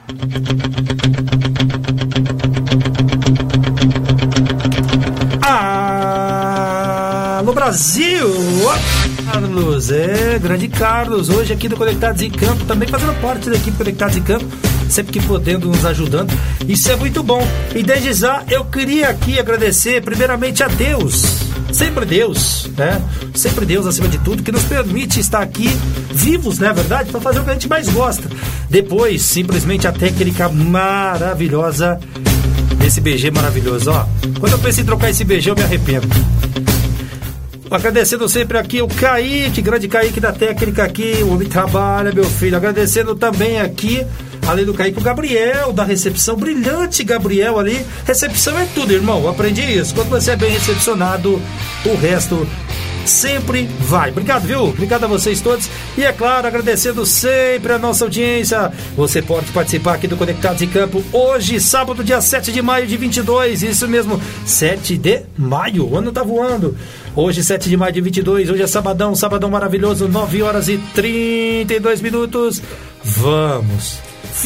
No Brasil, Carlos, grande Carlos, hoje aqui do Conectados em Campo, também fazendo parte da equipe Conectados em Campo, sempre que podendo, nos ajudando, isso é muito bom. E desde já eu queria aqui agradecer primeiramente a Deus, sempre Deus, né? Sempre Deus acima de tudo, que nos permite estar aqui vivos, não é verdade? Para fazer o que a gente mais gosta. Depois, simplesmente a técnica maravilhosa desse BG maravilhoso, ó. Quando eu penso em trocar esse BG, eu me arrependo. Agradecendo sempre aqui o Kaique, grande Kaique da técnica aqui, o homem trabalha, meu filho. Agradecendo também aqui, além do Kaique, o Gabriel da recepção, brilhante Gabriel ali. Recepção é tudo, irmão, eu aprendi isso. Quando você é bem recepcionado, o resto sempre vai. Obrigado, viu? Obrigado a vocês todos. E é claro, agradecendo sempre a nossa audiência. Você pode participar aqui do Conectados em Campo hoje, sábado, dia 7 de maio de 22. Isso mesmo, 7 de maio. O ano tá voando. Hoje, 7 de maio de 22. Hoje é sabadão maravilhoso, 9 horas e 32 minutos. Vamos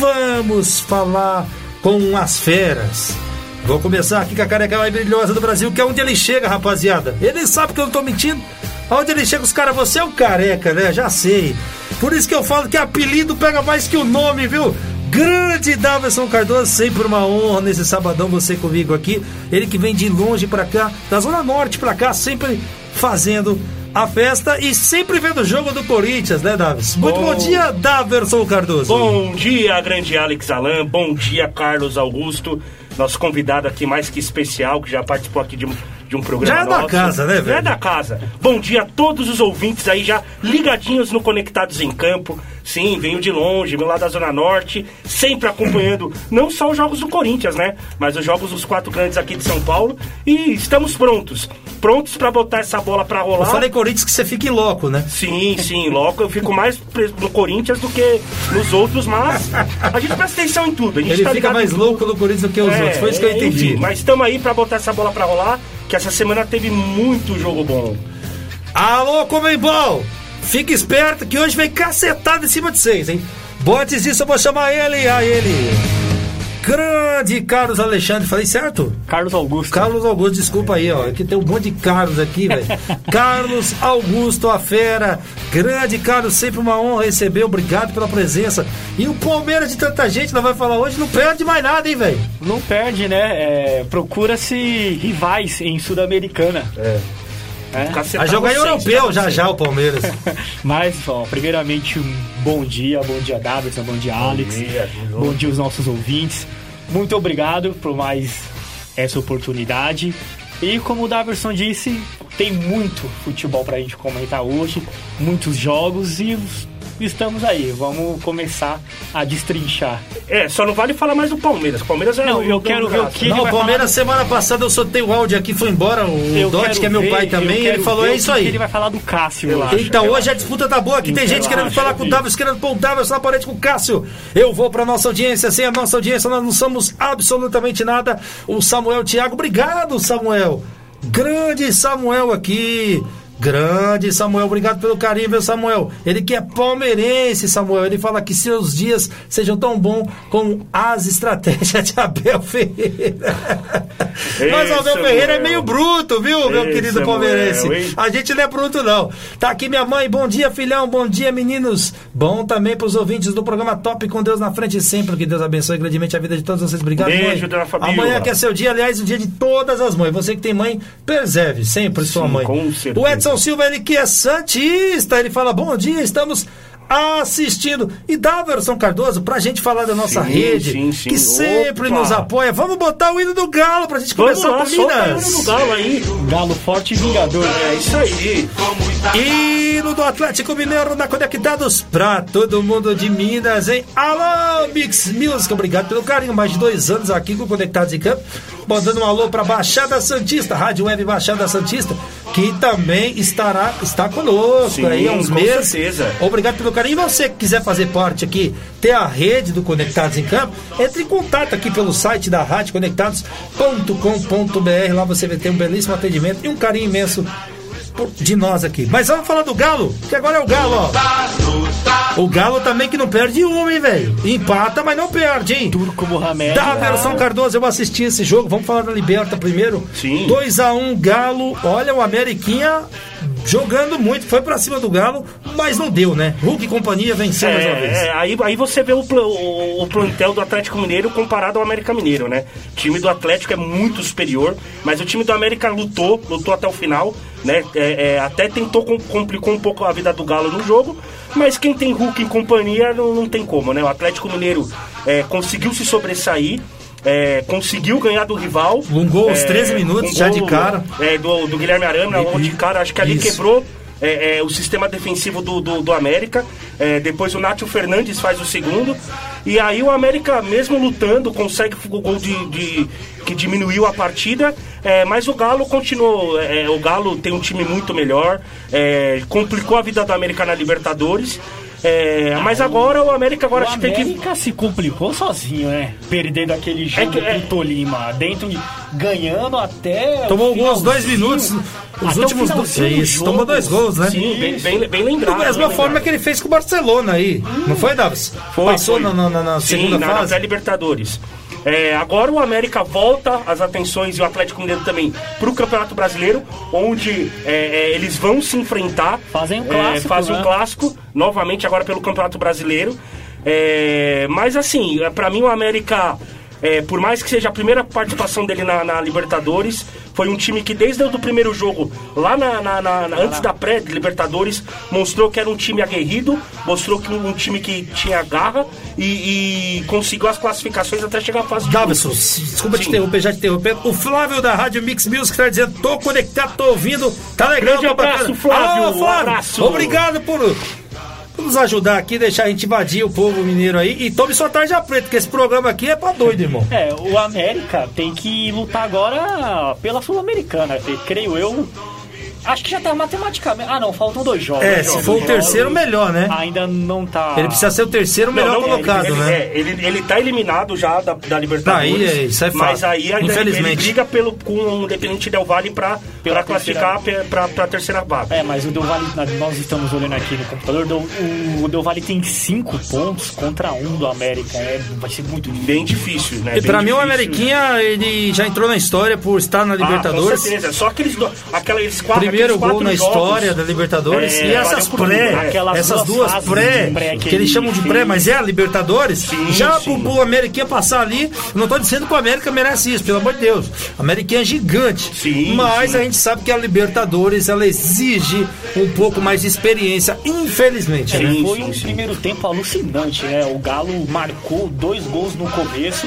falar com as feras. Vou começar aqui com a careca mais brilhosa do Brasil, que é onde ele chega, rapaziada. Ele sabe que eu não tô mentindo. Onde ele chega, os caras, você é o careca, né? Já sei. Por isso que eu falo que apelido pega mais que o nome, viu? Grande Daverson Cardoso, sempre uma honra nesse sabadão você comigo aqui. Ele que vem de longe pra cá, da Zona Norte pra cá, sempre fazendo a festa e sempre vendo o jogo do Corinthians, né, Davis? Muito bom dia, Daverson Cardoso. Bom dia, grande Alex Alan. Bom dia, Carlos Augusto. Nosso convidado aqui mais que especial, que já participou aqui de um programa já é nosso. Da casa, né, velho? Já é da casa. Bom dia a todos os ouvintes aí já ligadinhos no Conectados em Campo. Sim, venho de longe, venho lá da Zona Norte, sempre acompanhando não só os jogos do Corinthians, né? Mas os jogos dos 4 grandes aqui de São Paulo. E estamos prontos pra botar essa bola pra rolar. Eu falei Corinthians que você fique louco, né? Sim, louco. Eu fico mais preso no Corinthians do que nos outros, mas a gente presta atenção em tudo. A gente ele fica mais louco no Corinthians do que os outros, foi isso que eu entendi. Enfim, mas estamos aí pra botar essa bola pra rolar, que essa semana teve muito jogo bom. Alô, Comembol! Fique esperto que hoje vem cacetado em cima de vocês, hein? Bom, antes disso eu vou chamar ele. Grande Carlos Alexandre, falei certo? Carlos Augusto, desculpa aí, ó. Aqui tem um monte de Carlos aqui, velho. Carlos Augusto, a fera. Grande Carlos, sempre uma honra receber, obrigado pela presença. E o Palmeiras de tanta gente, nós vamos falar hoje, não perde mais nada, hein, velho? Não perde, né? Procura-se rivais em Sul-Americana. Vai jogar em europeu já o Palmeiras. Mas, ó, primeiramente, bom dia Davidson, bom dia Alex, bom dia aos nossos ouvintes. Muito obrigado por mais essa oportunidade. E como o Davidson disse, tem muito futebol pra gente comentar hoje, muitos jogos e estamos aí, vamos começar a destrinchar. Só não vale falar mais do Palmeiras. Palmeiras é não, eu quero ver o que não, o Palmeiras semana passada eu soltei o áudio aqui, foi embora o Dotti, que é meu pai também, ele falou, é isso aí. Ele vai falar do Cássio, Então hoje a disputa tá boa, aqui tem gente querendo falar com o Davis, querendo pôr o Davis na parede com o Cássio. Eu vou pra nossa audiência, sem a nossa audiência nós não somos absolutamente nada. O Samuel Thiago, obrigado, Samuel. Grande Samuel aqui. Grande Samuel, obrigado pelo carinho, meu Samuel. Ele que é palmeirense, Samuel. Ele fala que seus dias sejam tão bons como as estratégias de Abel Ferreira. Mas o Abel Ferreira é meio bruto, viu, meu querido palmeirense? A gente não é bruto, não. Tá aqui minha mãe, bom dia, filhão, bom dia, meninos. Bom também pros ouvintes do programa Top com Deus na frente sempre. Que Deus abençoe grandemente a vida de todos vocês. Obrigado, beijo, mãe. Dona Fabiola. Amanhã que é seu dia, aliás, o dia de todas as mães. Você que tem mãe, preserve sempre sua mãe. Com certeza. O Edson Silva, ele que é santista, ele fala, bom dia, estamos assistindo. E Daverson Cardoso, pra gente falar da nossa rede, que sempre nos apoia. Vamos botar o hino do Galo pra gente começar com Minas. O hino do Galo aí. Galo forte e vingador. É isso aí. Hino do Atlético Mineiro na Conectados pra todo mundo de Minas, hein? Alô, Mix Music, obrigado pelo carinho. Mais de 2 anos aqui com Conectados em Campo. Mandando um alô pra Baixada Santista, Rádio Web Baixada Santista, que também está conosco aí há uns meses. Certeza. Obrigado pelo carinho. E você que quiser fazer parte aqui, ter a rede do Conectados em Campo, entre em contato aqui pelo site da rádio conectados.com.br. Lá você vai ter um belíssimo atendimento e um carinho imenso de nós aqui. Mas vamos falar do Galo, que agora é o Galo, ó. O Galo também que não perde uma, hein, velho? Empata, mas não perde, hein? Turco Mohamed. Daverson Cardoso, eu assisti esse jogo. Vamos falar da Liberta primeiro. Sim. 2-1 Galo. Olha, o Ameriquinha jogando muito. Foi pra cima do Galo, mas não deu, né? Hulk e companhia venceu mais uma vez. Aí você vê o plantel do Atlético Mineiro comparado ao América Mineiro, né? O time do Atlético é muito superior, mas o time do América lutou até o final, né? Até complicou um pouco a vida do Galo no jogo, mas quem tem Hulk em companhia não tem como, né? O Atlético Mineiro conseguiu se sobressair, conseguiu ganhar do rival. Um gol aos 13 minutos, já de cara. Do Guilherme Arana, de cara, acho que ali quebrou o sistema defensivo do América. Depois o Nátio Fernandes faz o segundo. E aí o América, mesmo lutando, consegue o gol que diminuiu a partida. Mas o Galo continuou. O Galo tem um time muito melhor. Complicou a vida do América na Libertadores. Mas agora o América tem que... O América se complicou sozinho, né? Perdendo aquele jogo pro Tolima, ganhando até... Tomou aos 2 minutos, os últimos 2. Tomou 2 gols, né? Sim, bem lembrado. Da mesma forma que ele fez com o Barcelona aí, não foi, Davis? Passou na segunda fase? Na pré-Libertadores. Agora o América volta as atenções e o Atlético Mineiro também para o Campeonato Brasileiro, onde eles vão se enfrentar. Fazem um clássico novamente agora pelo Campeonato Brasileiro. Mas assim, para mim o América, por mais que seja a primeira participação dele na Libertadores, foi um time que desde o primeiro jogo, lá antes da pré-Libertadores, mostrou que era um time aguerrido, mostrou que um time que tinha garra e conseguiu as classificações até chegar à fase de Davidson, desculpa te interromper, já te interrompendo. O Flávio da Rádio Mix Music está dizendo: tô conectado, tô ouvindo, tá legal. Grande abraço, Flávio. Alô, Flávio. Abraço. Obrigado por nos ajudar aqui, deixar a gente invadir o povo mineiro aí. E tome sua tarja preta, porque esse programa aqui é pra doido, irmão. O América tem que lutar agora pela Sul-Americana, creio eu. Acho que já tá matematicamente... não, faltam 2 jogos. Se for o terceiro, melhor, né? Ainda não tá... Ele precisa ser o terceiro melhor colocado, né? Ele tá eliminado já da Libertadores. Isso é fato. Mas aí ainda infelizmente ele briga com o Independente Del Valle pra classificar pra terceira vaga. Mas o Del Valle, nós estamos olhando aqui no computador, o Del Valle tem 5 pontos contra 1 do América. Vai ser muito difícil. Bem difícil, né? E pra mim o Ameriquinha, ele já entrou na história por estar na Libertadores. Com certeza. Só aqueles 4 primeiro gol na história da Libertadores e essas duas pré que eles chamam de pré, mas é a Libertadores. O Ameriquinha passar ali, não tô dizendo que o América merece isso, pelo amor de Deus. O Ameriquinha é gigante, mas a gente sabe que a Libertadores ela exige um pouco mais de experiência, infelizmente. Foi um primeiro tempo alucinante, né? O Galo marcou 2 gols no começo.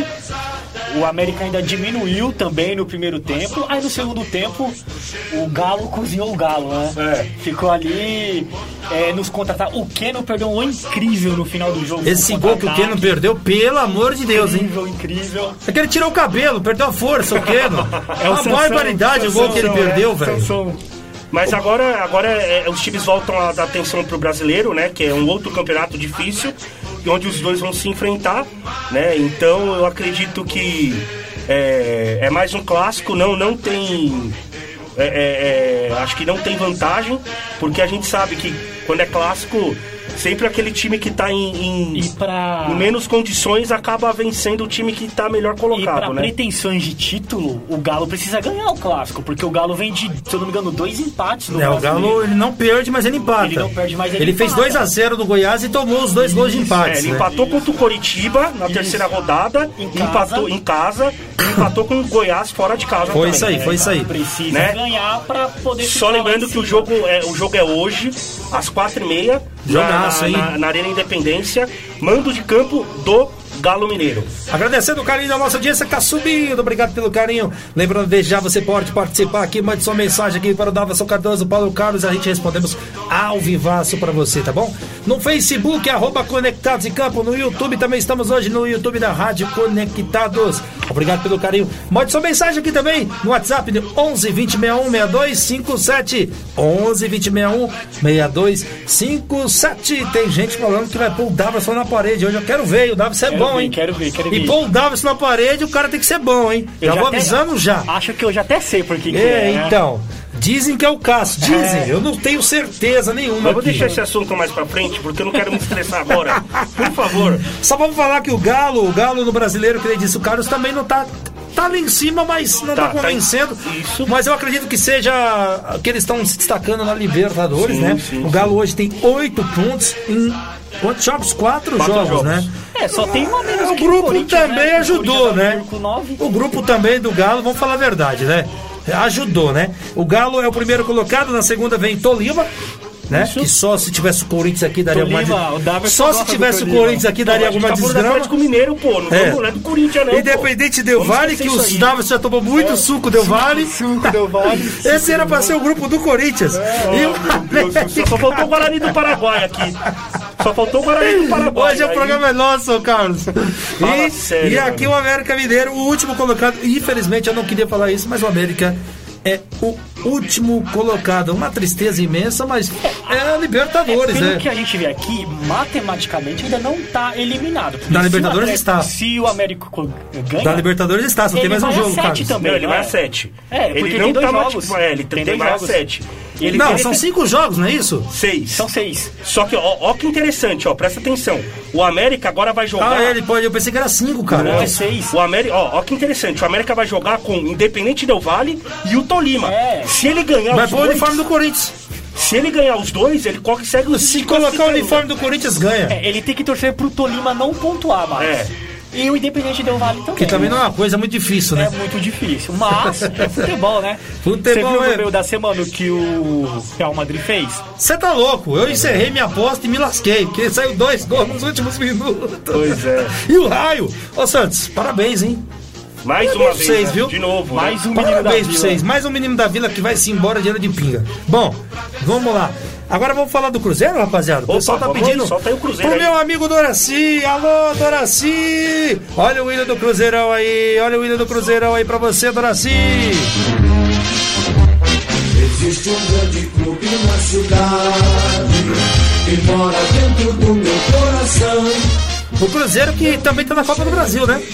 O América ainda diminuiu também no primeiro tempo. Aí no segundo tempo, o Galo cozinhou o Galo, né? Ficou ali nos contra-ataques. O Keno perdeu um gol incrível no final do jogo. Esse gol que o Keno perdeu, pelo amor de Deus, Incrível. É que ele tirou o cabelo, perdeu a força, o Keno. Uma barbaridade o gol que ele perdeu, velho. Mas agora os times voltam a dar atenção pro brasileiro, né? Que é um outro campeonato difícil, onde os dois vão se enfrentar, né? Então eu acredito que é mais um clássico, não tem... acho que não tem vantagem, porque a gente sabe que quando é clássico, sempre aquele time que tá em menos condições acaba vencendo o time que tá melhor colocado, pra pretensões de título, o Galo precisa ganhar o clássico, porque o Galo vem de, se eu não me engano, 2 empates no o Galo ele não perde, mas ele empata. Ele não perde, mas ele fez 2-0 do Goiás e tomou os 2 gols de empate. Ele empatou contra o Coritiba na terceira rodada, empatou em casa e empatou com o Goiás fora de casa. Foi isso aí. Precisa ganhar pra poder... Só lembrando que o jogo é hoje, às 4h30, na Arena Independência, mando de campo do Galo Mineiro. Agradecendo o carinho da nossa audiência que tá subindo, obrigado pelo carinho. Lembrando, desde já você pode participar aqui, mande sua mensagem aqui para o Daverson Cardoso, Paulo Carlos, a gente respondemos ao vivaço para você, tá bom? No Facebook, @Conectados em Campo, no YouTube, também estamos hoje no YouTube da Rádio Conectados. Obrigado pelo carinho. Mande sua mensagem aqui também no WhatsApp de 11 20 61 62 57 11 20 61 62 57. Tem gente falando que vai pôr o Daverson na parede hoje. Eu quero ver, o Daverson é bom, hein? Quero ver. E pôr o Daverson na parede, o cara tem que ser bom, hein? Já vou avisando já. Acho que eu já até sei por que então. Dizem que é o Cássio, dizem. Eu não tenho certeza nenhuma. Eu vou deixar esse assunto mais pra frente, porque eu não quero me estressar agora. Por favor. Só vamos falar que o Galo no Brasileiro, que ele disse, o Carlos também não tá ali em cima, mas não tá convencendo. Isso. Mas eu acredito que seja que eles estão se destacando na Libertadores, Sim, né? sim, o Galo hoje tem 8 pontos em quantos jogos? 4 jogos, né? Só tem uma menos O que grupo Corinthians, também né? ajudou, né? Com 9. O grupo também do Galo, vamos falar a verdade, né? Ajudou, né? O Galo é o primeiro colocado, na segunda vem Tolima, né? Que só se tivesse o Corinthians aqui daria alguma... Só se tivesse o Corinthians aqui daria alguma desgrama. Atlético Mineiro, pô, não é do Corinthians, não. Independente Del Valle, que o Davis já tomou muito suco Del Valle. Esse era pra ser o grupo do Corinthians. Só faltou o Guarani do Paraguai aqui. Só faltou o Guarani do Paraguai. Hoje o programa é nosso, Carlos. E aqui o América Mineiro, o último colocado. Infelizmente eu não queria falar isso, mas o América é o último colocado. Uma tristeza imensa, mas é a Libertadores, Pelo que a gente vê aqui, matematicamente ainda não está eliminado. Da Libertadores está. Se o América ganha... Da Libertadores está, só tem mais um jogo, Carlos. Também, não, ele vai a 7. Ele não tá mais jogos. Ele tem mais 7. Não, são 5 jogos, não é isso? 6. São 6. Só que, ó que interessante, presta atenção. O América agora vai jogar... ele pode... Eu pensei que era 5, cara. Não, é 6. O América... Ó que interessante. O América vai jogar com Independente Del Valle e o Tolima. Se ele ganhar vai os pôr o uniforme do Corinthians. Se ele ganhar os dois, ele consegue... Se colocar o uniforme do Corinthians, ganha. Ele tem que torcer pro Tolima não pontuar mais. E o Independente Del Valle também. Que também não é uma coisa muito difícil, né? É muito difícil, mas é futebol, né? Futebol. Você viu no meio da semana o que o Real Madrid fez? Você tá louco? Eu encerrei minha aposta e me lasquei, porque saiu 2 gols nos últimos minutos. Pois é. E o raio? Ô Santos, parabéns, hein? Mais uma vez, vocês, viu? De novo. Mais um menino da Parabéns pra Vila. vocês. Mais um menino da Vila que vai se embora de ano de pinga. Bom, vamos lá. Agora vamos falar do Cruzeiro, rapaziada? O pessoal tá pedindo solta aí o Cruzeiro pro aí. meu amigo Doraci. Alô, Doraci! Olha o hino do Cruzeirão aí. Olha o hino do Cruzeirão aí pra você, Doraci. Existe um grande clube na cidade que mora dentro do meu coração. O Cruzeiro que também tá na Copa do Brasil, né?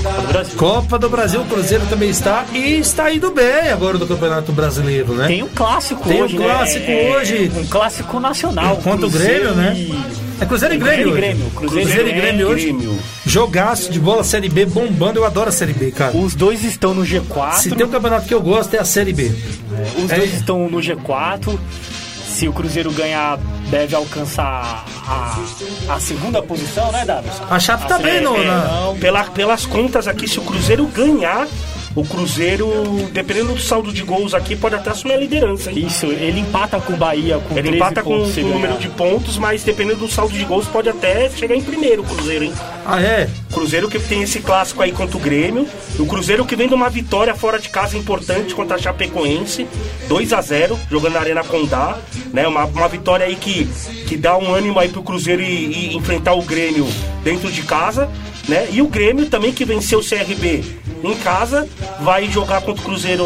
Copa do Brasil, o Cruzeiro também está e está indo bem agora do Campeonato Brasileiro, né? Tem um clássico Tem hoje, um clássico hoje. Um clássico nacional. Contra o Grêmio, né? É Cruzeiro e Grêmio hoje. Cruzeiro e Grêmio hoje. Jogaço de bola, Série B bombando. Eu adoro a Série B, cara. Os dois estão no G4. Se tem um campeonato que eu gosto é a Série B. Os dois estão no G4. Se o Cruzeiro ganhar, deve alcançar a segunda posição, né, Davis? A Chape tá bem, Pelas contas aqui, se o Cruzeiro ganhar, o Cruzeiro, dependendo do saldo de gols aqui, pode até assumir a liderança, hein? Isso, ele empata com o Bahia com 13 Ele empata com pontos, o número de pontos, mas dependendo do saldo de gols, pode até chegar em primeiro o Cruzeiro, hein? Ah, é? Cruzeiro que tem esse clássico aí contra o Grêmio. O Cruzeiro que vem de uma vitória fora de casa importante contra a Chapecoense, 2-0, jogando na Arena Condá, né? Uma vitória aí que dá um ânimo aí pro Cruzeiro e enfrentar o Grêmio dentro de casa, né? E o Grêmio também que venceu o CRB em casa, vai jogar contra o Cruzeiro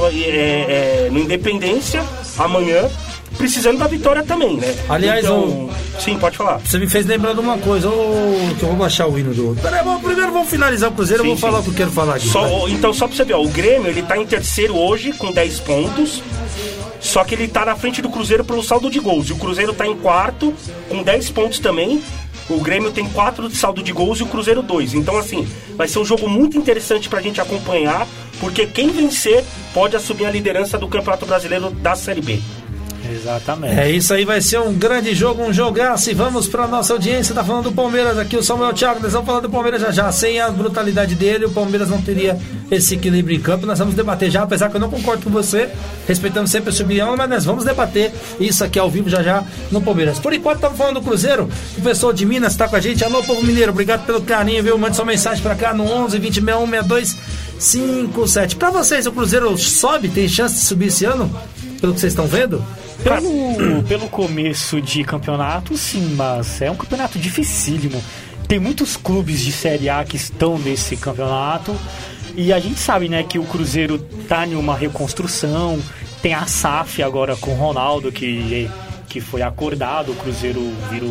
no Independência amanhã, precisando da vitória também, né? Aliás, então, sim, pode falar. Você me fez lembrar de uma coisa, que eu vou baixar o hino do... Peraí, primeiro vamos finalizar o Cruzeiro, eu vou falar o que eu quero falar aqui. Então, só pra você ver, o Grêmio, ele tá em terceiro hoje, com 10 pontos, só que ele tá na frente do Cruzeiro pelo saldo de gols, e o Cruzeiro tá em quarto, com 10 pontos também. O Grêmio tem 4 de saldo de gols e o Cruzeiro 2. Então, assim, vai ser um jogo muito interessante pra gente acompanhar, porque quem vencer pode assumir a liderança do Campeonato Brasileiro da Série B. Exatamente. É isso aí, vai ser um grande jogo, um jogaço. E vamos pra nossa audiência, tá falando do Palmeiras aqui, o Samuel Thiago, nós vamos falar do Palmeiras já. Sem a brutalidade dele, o Palmeiras não teria esse equilíbrio em campo. Nós vamos debater já, apesar que eu não concordo com você, respeitando sempre a sua opinião, mas nós vamos debater isso aqui ao vivo já no Palmeiras. Por enquanto estamos falando do Cruzeiro, o pessoal de Minas tá com a gente. Alô, povo mineiro, obrigado pelo carinho, viu? Mande sua mensagem pra cá no 11 2061 6257. Pra vocês, o Cruzeiro sobe? Tem chance de subir esse ano? Pelo que vocês estão vendo? Pelo começo de campeonato, sim, mas é um campeonato dificílimo. Tem muitos clubes de Série A que estão nesse campeonato e a gente sabe, né, que o Cruzeiro tá em uma reconstrução. Tem a SAF agora com o Ronaldo que foi acordado. O Cruzeiro virou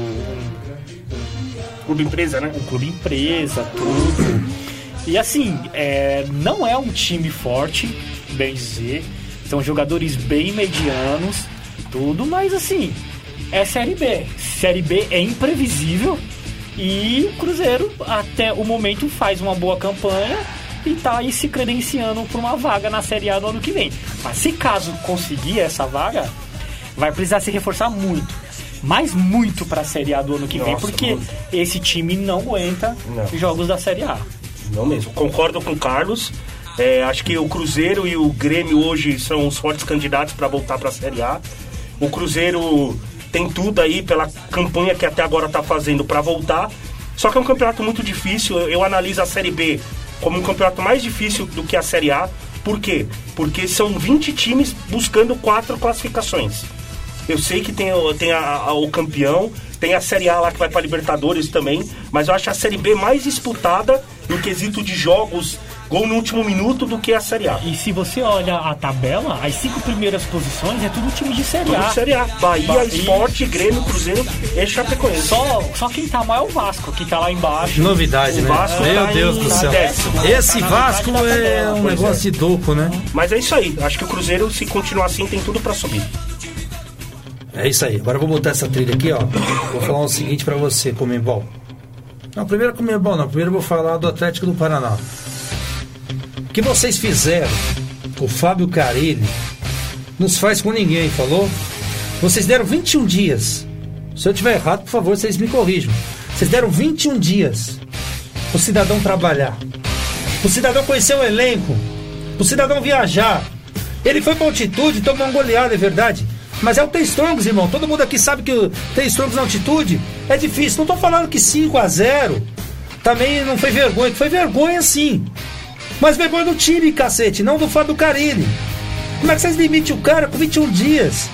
Clube empresa, né? Um clube empresa, tudo. E assim, não é um time forte, bem dizer. São jogadores bem medianos, tudo, mas assim, é Série B. Série B é imprevisível e o Cruzeiro, até o momento, faz uma boa campanha e tá aí se credenciando para uma vaga na Série A no ano que vem. Mas se caso conseguir essa vaga, vai precisar se reforçar muito. Mas muito para a Série A do ano que vem, porque esse time não aguenta jogos da Série A. Não mesmo. Concordo com o Carlos. Acho que o Cruzeiro e o Grêmio hoje são os fortes candidatos para voltar para a Série A. O Cruzeiro tem tudo aí pela campanha que até agora está fazendo para voltar. Só que é um campeonato muito difícil. Eu analiso a Série B como um campeonato mais difícil do que a Série A. Por quê? Porque são 20 times buscando 4 classificações. Eu sei que tem o campeão, tem a Série A lá que vai para Libertadores também, mas eu acho a Série B mais disputada no quesito de jogos, gol no último minuto, do que a Série A. E se você olha a tabela, as 5 primeiras posições é tudo time de Série A. Tudo Série A. Bahia, Sport, Grêmio, Cruzeiro e Chapecoense. Só quem tá mal é o Vasco, que tá lá embaixo. Novidade, né? Vasco Meu Deus do céu. Esse Vasco é um negócio de doco, né? Mas é isso aí. Acho que o Cruzeiro, se continuar assim, tem tudo para subir. É isso aí. Agora eu vou botar essa trilha aqui, ó. Vou falar o seguinte pra você, Comembol. Não, primeiro Comembol não. Primeiro eu vou falar do Atlético do Paraná. O que vocês fizeram com o Fábio Carilli não se faz com ninguém, falou? Vocês deram 21 dias. Se eu estiver errado, por favor, vocês me corrijam. Vocês deram 21 dias pro cidadão trabalhar, pro cidadão conhecer o elenco, pro cidadão viajar. Ele foi pra altitude, tomou uma goleada, é verdade. Mas é o T-Strongos, irmão. Todo mundo aqui sabe que o T-Strongos na altitude é difícil. Não tô falando que 5-0 também não foi vergonha. Que foi vergonha sim. Mas vergonha do time, cacete, não do Fábio Carilli. Como é que vocês demitem o cara com 21 dias?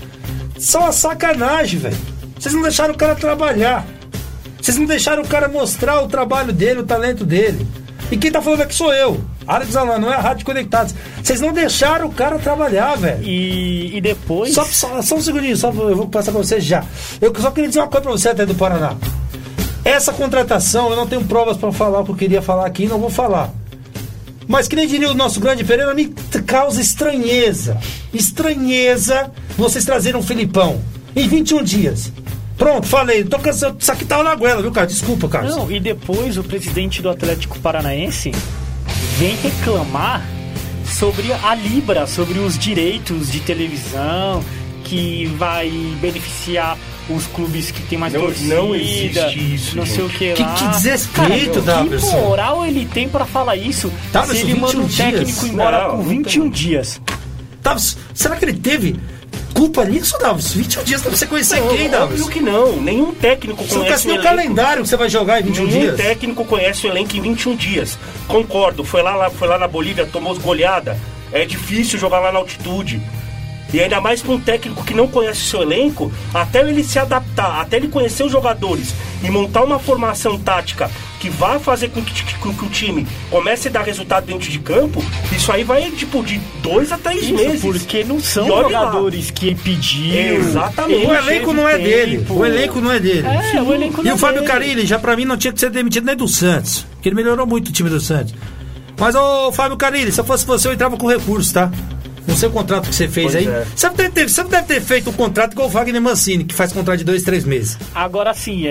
Só uma sacanagem, velho. Vocês não deixaram o cara trabalhar. Vocês não deixaram o cara mostrar o trabalho dele, o talento dele. E quem tá falando aqui sou eu. Alex Alan, não é a Rádio Conectados. Vocês não deixaram o cara trabalhar, velho. E depois... Só um segundinho, eu vou passar pra vocês já. Eu só queria dizer uma coisa pra você até do Paraná. Essa contratação, eu não tenho provas pra falar o que eu queria falar aqui, não vou falar. Mas que nem diria o nosso grande Pereira, me causa estranheza. Estranheza vocês trazerem um Filipão em 21 dias. Pronto, falei. Tô cansado. Isso aqui tá na goela, viu, cara? Desculpa, Carlos. Não, e depois o presidente do Atlético Paranaense vem reclamar sobre a Libra, sobre os direitos de televisão, que vai beneficiar os clubes que tem mais torcida. Não existe isso. Não sei o que lá. Que desrespeito, Davidson. Que moral ele tem pra falar isso? Davidson, se ele manda um técnico embora com 21 dias. Davidson, será que ele teve culpa nisso, Davidson? 21 dias pra você conhecer quem, Davidson? Óbvio que não. Nenhum técnico você conhece o elenco. Calendário que você vai jogar em 21 dias. Nenhum técnico conhece o elenco em 21 dias. Concordo. Foi lá na Bolívia, tomou goleada. É difícil jogar lá na altitude. E ainda mais para um técnico que não conhece o seu elenco, até ele se adaptar, até ele conhecer os jogadores e montar uma formação tática que vai fazer com que o time comece a dar resultado dentro de campo, isso aí vai tipo de 2 a 3 meses. Porque não são jogadores que ele pediu. Exatamente. O elenco não é dele. O elenco não é dele. O elenco não e o Fábio Carilli, já pra mim, não tinha que ser demitido nem do Santos, porque ele melhorou muito o time do Santos. Mas, ô Fábio Carilli, se eu fosse você, eu entrava com recurso, tá? Não sei o contrato que você fez aí. Você não deve ter feito um contrato igual o Wagner Mancini, que faz contrato de 2, 3 meses. Agora sim,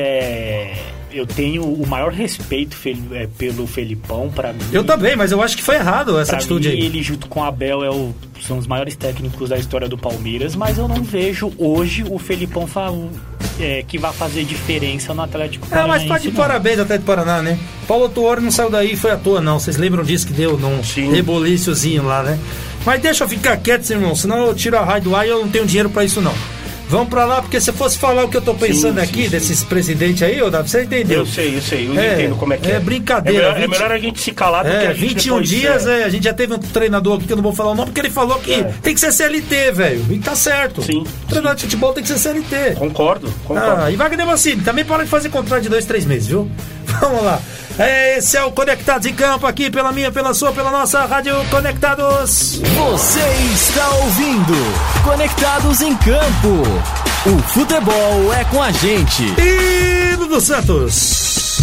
eu tenho o maior respeito pelo Felipão, pra mim. Eu também, mas eu acho que foi errado essa atitude mim, aí. Ele junto com o Abel são os maiores técnicos da história do Palmeiras, mas eu não vejo hoje o Felipão que vai fazer diferença no Atlético Paranaense. Mas tá de parabéns ao Atlético Paraná, né? Paulo Tuori não saiu daí, foi à toa não. Vocês lembram disso que deu num rebolíciozinho lá, né? Mas deixa eu ficar quieto, irmão, senão eu tiro a raio do ar e eu não tenho dinheiro pra isso não. Vamos pra lá, porque se eu fosse falar o que eu tô pensando aqui, desses presidentes aí, Davi, você entendeu? Eu sei, eu entendo como é que é. É brincadeira. É melhor a gente se calar do que a gente 21 dias, a gente já teve um treinador aqui, que eu não vou falar o nome, porque ele falou que tem que ser CLT, velho. E tá certo. Sim. Treinador de futebol tem que ser CLT. Concordo. E Wagner Mancini, também para de fazer contrato de 2, 3 meses, viu? Vamos lá. Esse é o Conectados em Campo aqui, pela minha, pela sua, pela nossa Rádio Conectados. Você está ouvindo Conectados em Campo. O futebol é com a gente. E Dudu Santos.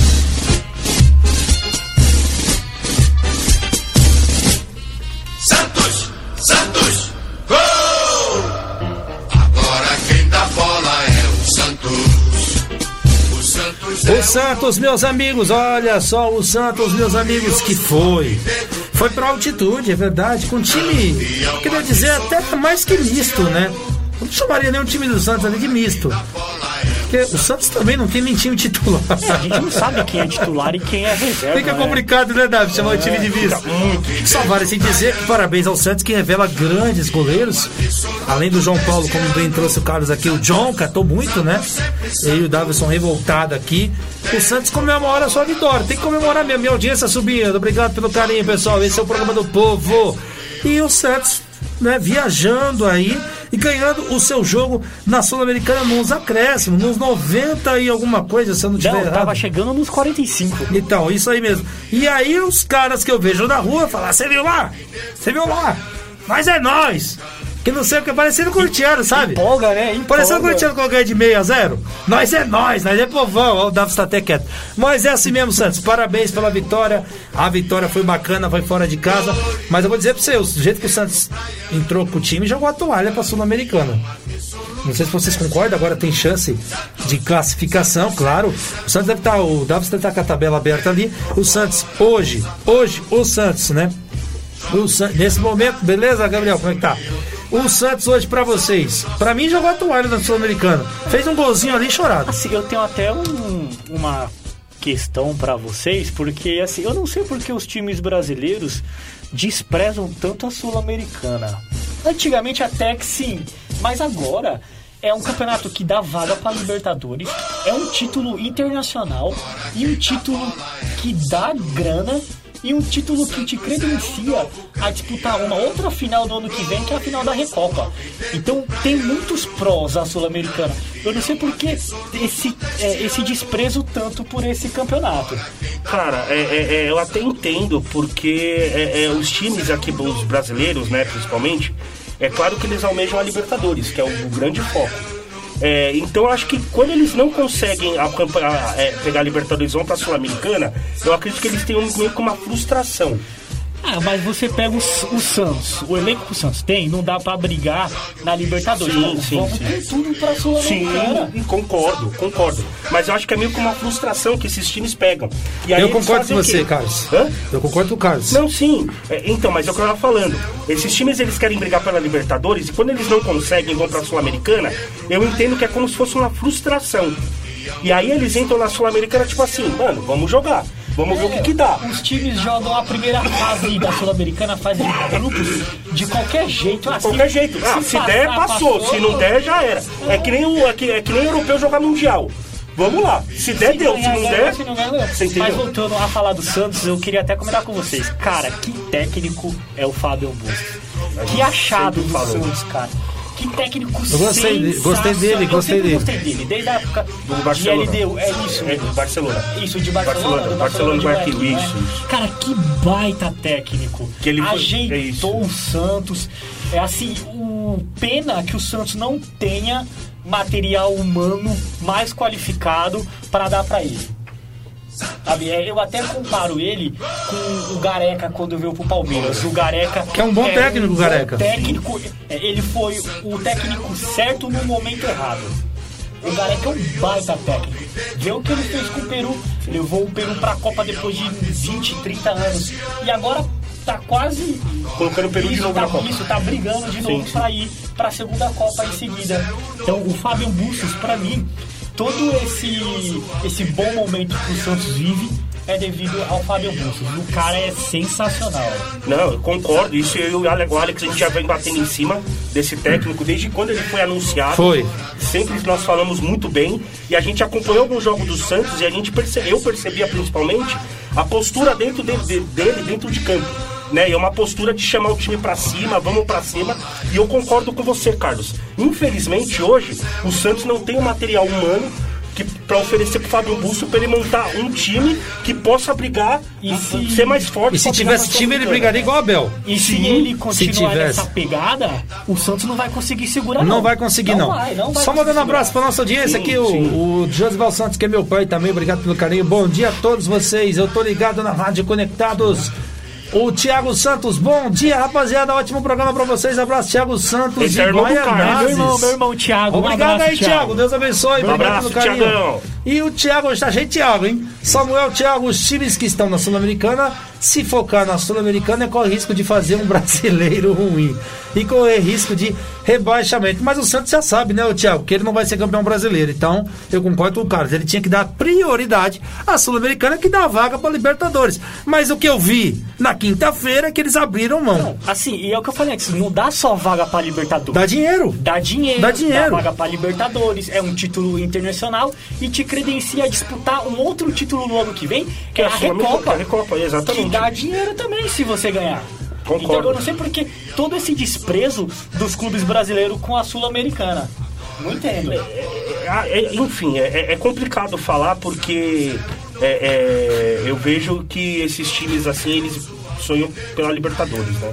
Santos. Santos, meus amigos, olha só o Santos, meus amigos, que foi pra altitude, é verdade, com um time, queria dizer, até mais que misto, né? Não chamaria nem o time do Santos ali de misto. Porque o Santos também não tem nem time titular. A gente não sabe quem é titular e quem é reserva. Fica complicado, né, Davi? Chamar o time de misto. Só vale sem dizer que parabéns ao Santos, que revela grandes goleiros. Além do João Paulo, como bem trouxe o Carlos aqui, o John catou muito, né? E o Davidson revoltado aqui. O Santos comemora a sua vitória. Tem que comemorar mesmo. Minha audiência subindo. Obrigado pelo carinho, pessoal. Esse é o programa do povo. E o Santos, né, viajando aí e ganhando o seu jogo na Sul-Americana nos acréscimos, nos 90 e alguma coisa, se eu não tiver errado. Tava chegando nos 45. Então, isso aí mesmo. E aí os caras que eu vejo na rua falam, você viu lá? Você viu lá? Mas é nós! Que não sei o que, parecendo corintiano, sabe? Empolga, né? Parecendo corintiano com ganha de 6-0. Nós é povão. Ó, o Davi está até quieto. Mas é assim mesmo, Santos. Parabéns pela vitória. A vitória foi bacana, foi fora de casa. Mas eu vou dizer pra você, o jeito que o Santos entrou com o time, jogou a toalha pra Sul-Americana. Não sei se vocês concordam, agora tem chance de classificação, claro. O Santos deve estar, o Davi deve estar com a tabela aberta ali. O Santos, hoje, o Santos, né? Nesse momento, beleza, Gabriel? Como é que tá? O Santos hoje pra vocês, pra mim jogou a toalha na Sul-Americana, fez um golzinho ali chorado. Assim, eu tenho até uma questão pra vocês, porque assim, eu não sei porque os times brasileiros desprezam tanto a Sul-Americana. Antigamente até que sim, mas agora é um campeonato que dá vaga pra Libertadores, é um título internacional e um título que dá grana e um título que te credencia a disputar uma outra final do ano que vem, que é a final da Recopa. Então tem muitos prós a Sul-Americana. Eu não sei por que esse desprezo tanto por esse campeonato. Cara, eu até entendo, porque os times aqui, os brasileiros, né, principalmente, é claro que eles almejam a Libertadores, que é o grande foco. Então eu acho que quando eles não conseguem pegar a Libertadores ou para a Sul-Americana, eu acredito que eles têm meio que uma frustração. Mas você pega o Santos, o elenco que o Santos tem, não dá pra brigar na Libertadores. Sim. Com tudo pra Sul-Americana. Sim, concordo. Mas eu acho que é meio que uma frustração que esses times pegam. E aí eu concordo com você, Carlos. Hã? Eu concordo com o Carlos. Não, sim. Então, mas é o que eu tava falando. Esses times, eles querem brigar pela Libertadores, e quando eles não conseguem, vão pra Sul-Americana, eu entendo que é como se fosse uma frustração. E aí eles entram na Sul-Americana, tipo assim, mano, vamos jogar. Vamos ver o que dá. Os times jogam a primeira fase da Sul-Americana, fase de grupos, de qualquer jeito. Qualquer jeito. Se der, passou. Se não der, já era. É que nem o europeu jogar mundial. Vamos lá. Se der, deu. Se não der, você entendeu? Mas voltando a falar do Santos, eu queria até comentar com vocês. Cara, que técnico é o Fábio Bustos. Que achado do Santos, cara. Que técnico eu gostei dele. Desde a época do Barcelona. LDU, é isso. Do Barcelona. Isso, de Barcelona. Barcelona de Barquillo, isso. Cara, que baita técnico. Que ele ajeitou o Santos. É assim, pena que o Santos não tenha material humano mais qualificado para dar para ele. Sabe, eu até comparo ele com o Gareca quando veio pro Palmeiras. O Gareca, que é um bom técnico, o Gareca. Técnico, ele foi o técnico certo no momento errado. O Gareca é um baita técnico. Vê o que ele fez com o Peru. Levou o Peru pra Copa depois de 20, 30 anos. E agora tá quase colocando o Peru de novo na Copa. Isso, tá brigando de novo pra ir pra segunda Copa em seguida. Então o Fábio Bustos, pra mim, todo esse bom momento que o Santos vive é devido ao Fábio Bustos. O cara é sensacional. Não, eu concordo. Isso eu e o Alex, a gente já vem batendo em cima desse técnico desde quando ele foi anunciado. Foi. Sempre nós falamos muito bem. E a gente acompanhou alguns jogos do Santos e eu percebia principalmente a postura dele dentro de campo. Né? É uma postura de chamar o time pra cima, vamos pra cima. E eu concordo com você, Carlos. Infelizmente, hoje, o Santos não tem o material humano para oferecer pro Fábio Bustos para ele montar um time que possa brigar e ser mais forte. E se tivesse time, ele brigaria igual o Abel. E se ele continuar nessa pegada, o Santos não vai conseguir segurar, não. Não vai conseguir, não. Não vai. Só mandando um abraço pra nossa audiência aqui, o Josival Santos, que é meu pai também. Obrigado pelo carinho. Bom dia a todos vocês. Eu tô ligado na Rádio Conectados. O Thiago Santos, bom dia, rapaziada, ótimo programa pra vocês, abraço, Thiago Santos de Guaianazes. Meu irmão Thiago. Obrigado aí, Thiago, Deus abençoe, obrigado pelo carinho. E o Thiago, hoje tá cheio de Thiago, hein? Samuel, Thiago, os times que estão na Sul-Americana, se focar na Sul-Americana, corre risco de fazer um brasileiro ruim e correr risco de rebaixamento. Mas o Santos já sabe, né, o Thiago, que ele não vai ser campeão brasileiro. Então, eu concordo com o Carlos. Ele tinha que dar prioridade à Sul-Americana, que dá vaga para Libertadores. Mas o que eu vi na quinta-feira é que eles abriram mão. Não, assim, e é o que eu falei antes, não dá só vaga pra Libertadores. Dá dinheiro. Dá dinheiro. Dá dinheiro. Dá vaga pra Libertadores, é um título internacional e te credencia a disputar um outro título no ano que vem, que é a Recopa. Exatamente. Que dá dinheiro também se você ganhar. Concordo. Então eu não sei porque todo esse desprezo dos clubes brasileiros com a Sul-Americana. Não entendo. Enfim, é complicado falar porque eu vejo que esses times assim, eles sonham pela Libertadores, né?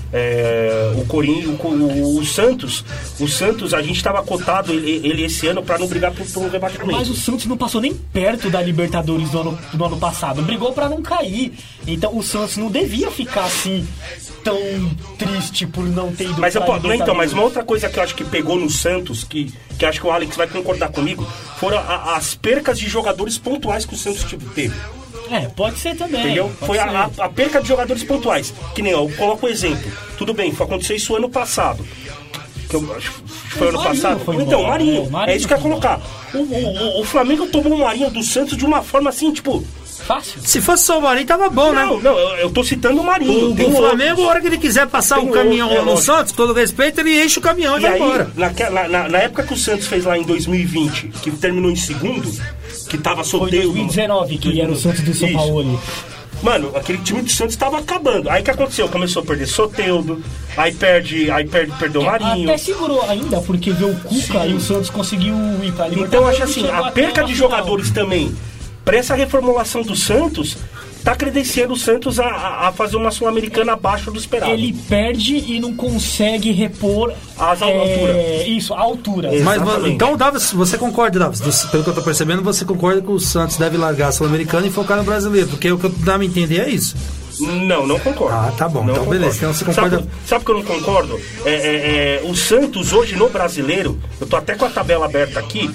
O Corinthians, o Santos, a gente estava cotado ele esse ano para não brigar por um rebaixamento. Mas o Santos não passou nem perto da Libertadores do ano passado, brigou para não cair. Então o Santos não devia ficar assim tão triste por não ter ido mas pra Libertadores. Então, mas uma outra coisa que eu acho que pegou no Santos, que acho que o Alex vai concordar comigo, foram as percas de jogadores pontuais que o Santos teve. Pode ser também. Entendeu? Foi a perca de jogadores pontuais. Que nem, eu coloco o exemplo. Tudo bem, aconteceu isso ano passado. Que eu acho que foi ano passado. Então, o Marinho. É isso que eu ia colocar. O Flamengo tomou o Marinho do Santos de uma forma assim, tipo... Fácil. Se fosse só o Marinho, tava bom, né? Não, eu tô citando o Marinho. O Flamengo, a hora que ele quiser passar o caminhão no Santos, com todo respeito, ele enche o caminhão e vai embora. Na época que o Santos fez lá em 2020, que terminou em segundo, que tava solteiro... Foi 2019, que era o Santos do São Paulo. Mano, aquele time do Santos tava acabando. Aí o que aconteceu? Começou a perder Soteldo, perdeu o Marinho. Até segurou ainda, porque veio o Cuca e o Santos conseguiu ir pra Libertadores. Então eu acho assim, a perca de jogadores também, pra essa reformulação do Santos, tá credenciando o Santos a fazer uma Sul-Americana abaixo do esperado. Ele perde e não consegue repor a altura. Isso, a altura. Mas, então, Davis, você concorda, Davis? Pelo que eu tô percebendo, você concorda que o Santos deve largar a Sul-Americana e focar no brasileiro, porque o que eu dá a me entender é isso. Não concordo. Ah, tá bom. Então, concordo. beleza. Então, você concorda... Sabe que eu não concordo? O Santos, hoje, no brasileiro, eu tô até com a tabela aberta aqui,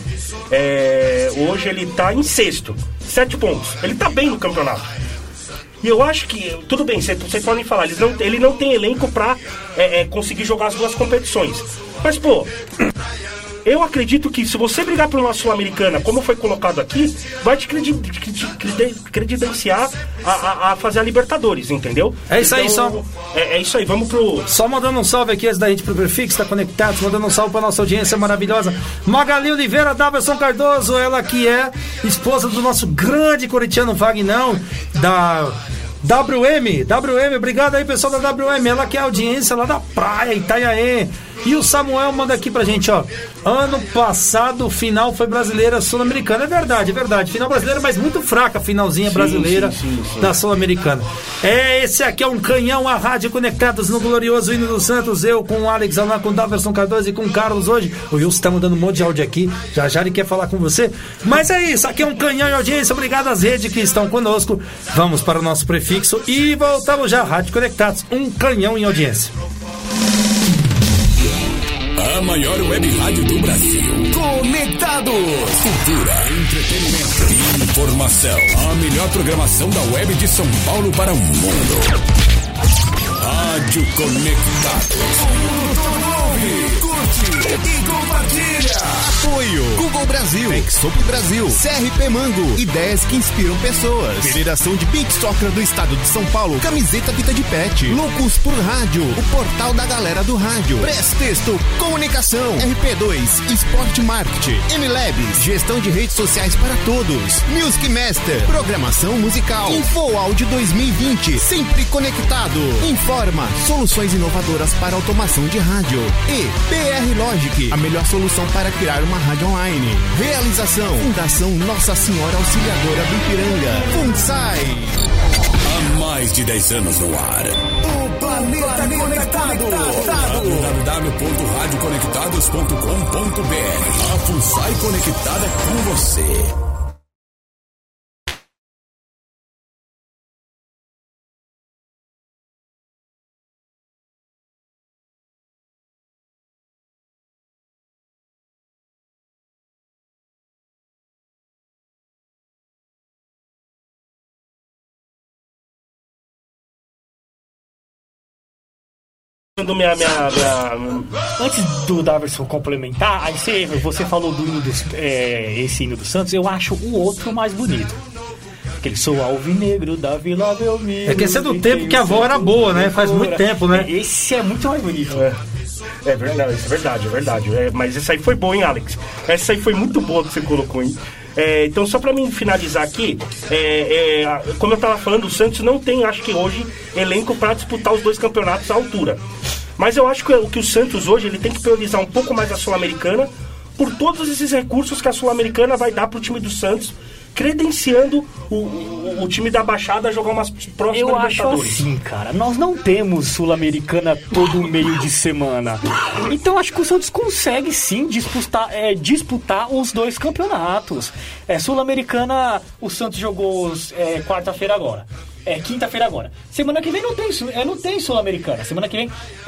hoje ele tá em sexto, 7 pontos. Ele tá bem no campeonato. E eu acho que, tudo bem, vocês podem falar, ele não tem elenco pra conseguir jogar as duas competições. Mas, pô, eu acredito que se você brigar por uma Sul-Americana, como foi colocado aqui, vai te credenciar a fazer a Libertadores, entendeu? É isso aí, então, é isso aí, vamos pro... Só mandando um salve aqui antes da gente pro Prefix, tá conectado, mandando um salve pra nossa audiência maravilhosa. Magali Oliveira, Daverson Cardoso, ela que é esposa do nosso grande corintiano Vagnão, da... WM, obrigado aí, pessoal da WM, ela que é a audiência lá da praia, Itanhaém. E o Samuel manda aqui pra gente, ó. Ano passado o final foi brasileira sul-americana. É verdade. Final brasileira, mas muito fraca a finalzinha brasileira da sul-americana. Esse aqui é um canhão, a rádio conectados no glorioso hino do Santos. Eu com o Alex Alan, com o Daverson Cardoso e com o Carlos hoje. O Wilson tá mandando um monte de áudio aqui. Já ele quer falar com você. Mas é isso, aqui é um canhão e audiência. Obrigado às redes que estão conosco. Vamos para o nosso prefixo e voltamos já. Rádio Conectados, um canhão em audiência. A maior web rádio do Brasil. Conectados. Cultura, entretenimento e informação. A melhor programação da web de São Paulo para o mundo. Rádio Conectados. Curte e compartilha. Apoio Google Brasil, Exop Brasil, CRP Mango, ideias que inspiram pessoas. Federação de Beat Soccer do Estado de São Paulo, camiseta Vida de Pet, Loucos por Rádio, o portal da galera do rádio, Prestexto, comunicação, RP2, Esporte Marketing, MLabs, gestão de redes sociais para todos, Music Master, programação musical, Info Áudio 2020, sempre conectado, Informa, soluções inovadoras para automação de rádio e PR Logic, a melhor solução para criar uma rádio online. Realização, Fundação Nossa Senhora Auxiliadora do Ipiranga, FUNSAI. Há mais de 10 anos no ar. O Planeta Conectado. www.radioconectados.com.br. A FUNSAI conectada com você. Antes do Daverson complementar, aí você falou do hino esse hino do Santos, eu acho o outro mais bonito. Aquele sou alvinegro da Vila Belmiro. É que esse é do tempo que a avó era boa, né? Faz muito tempo, né? Esse é muito mais bonito. É verdade, isso é verdade. Mas essa aí foi boa, hein, Alex? Essa aí foi muito boa que você colocou, hein? Então, só pra mim finalizar aqui, como eu tava falando, o Santos não tem, acho que hoje, elenco pra disputar os dois campeonatos à altura. Mas eu acho que o Santos hoje ele tem que priorizar um pouco mais a Sul-Americana por todos esses recursos que a Sul-Americana vai dar pro time do Santos, credenciando o time da Baixada a jogar umas próximas Libertadores. Eu acho assim, cara, nós não temos Sul-Americana todo meio de semana. Então acho que o Santos consegue sim disputar os dois campeonatos. Sul-Americana, o Santos jogou quarta-feira agora. Quinta-feira agora. Semana que vem não tem Sul-Americana. Semana que vem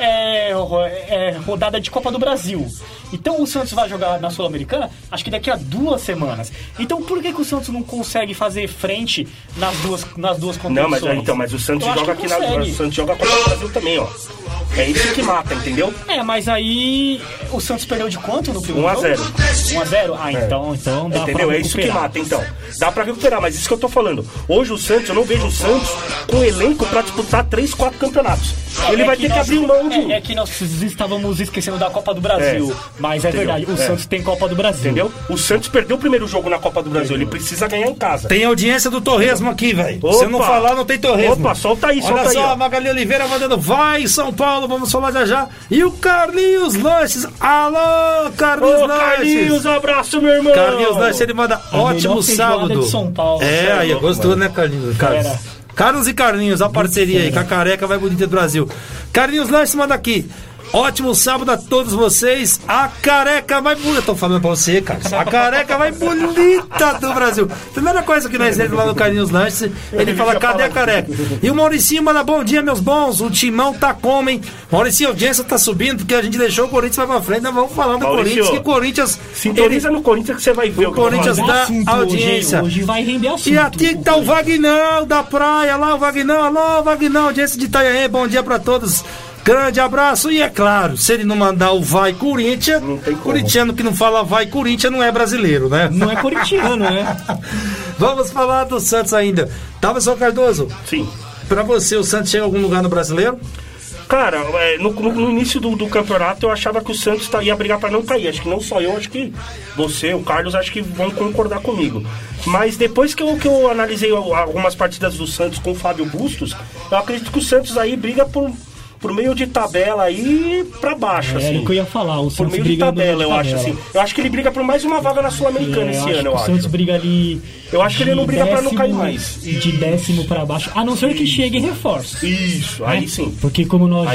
é rodada de Copa do Brasil. Então o Santos vai jogar na Sul-Americana, acho que daqui a 2 semanas. Então por que o Santos não consegue fazer frente nas duas competições? Não, mas o Santos joga aqui o Santos joga a Copa do Brasil também, ó. É isso que mata, entendeu? Mas aí o Santos perdeu de quanto no primeiro jogo? 1-0. Então dá entendeu? Pra é isso que mata, então. Dá pra recuperar, mas isso que eu tô falando. Hoje o Santos, eu não vejo o Santos com elenco pra disputar 3-4 campeonatos. Ele vai ter que abrir mão de... É que nós estávamos esquecendo da Copa do Brasil. Mas entendeu? Verdade, o Santos tem Copa do Brasil. Entendeu? O Santos perdeu o primeiro jogo na Copa do Brasil. Ele precisa ganhar em casa. Tem audiência do Torresmo aqui, velho. Se eu não falar, não tem Torresmo. Opa, solta aí, Olha só, a Magali Oliveira mandando vai, São Paulo, vamos falar já. E o Carlinhos Lanches. Alô, Carlinhos Lanches. Carlinhos, abraço, meu irmão. Carlinhos Lanches, ele manda ótimo sábado. De São Paulo. Aí, gostou, né, Carlinhos? Carlos e Carlinhos, a parceria aí, com a careca vai bonita do Brasil. Carlinhos Lanches manda aqui. Ótimo sábado a todos vocês. A careca vai bonita. Eu tô falando pra você, cara. A careca vai bonita do Brasil. Primeira coisa que nós lemos lá no Carlinhos Lanches, ele fala, cadê a careca? E o Mauricinho manda bom dia, meus bons. O timão tá como, hein? Mauricinho, a audiência tá subindo porque a gente deixou o Corinthians vai pra frente. Nós vamos falar do Corinthians, que Corinthians... Sintoniza no Corinthians que você vai ver o Corinthians dá audiência. Hoje vai render assunto. E aqui tá o Vagnão da praia, lá o Vagnão. Alô, Vagnão, audiência de Itanhaém. Bom dia pra todos. Grande abraço, e é claro, se ele não mandar o vai Corinthians, corintiano que não fala vai Corinthians não é brasileiro, né? Não é corintiano, né? Vamos falar do Santos ainda. Daverson Cardoso. Sim. Pra você, o Santos chega a algum lugar no brasileiro? Cara, no início do campeonato eu achava que o Santos ia brigar pra não cair. Acho que não só eu, acho que você, o Carlos, acho que vão concordar comigo. Mas depois que eu analisei algumas partidas do Santos com o Fábio Bustos, eu acredito que o Santos aí briga por meio de tabela aí pra baixo, assim. É o que eu ia falar, o Santos por meio briga de tabela, eu acho, assim. Eu acho que ele briga por mais uma vaga na Sul-Americana esse ano, eu acho. O Santos briga ali... Eu acho que ele não briga pra não cair mais. De 10º pra baixo, a não ser que chegue em reforço. Isso, aí sim. Porque como nós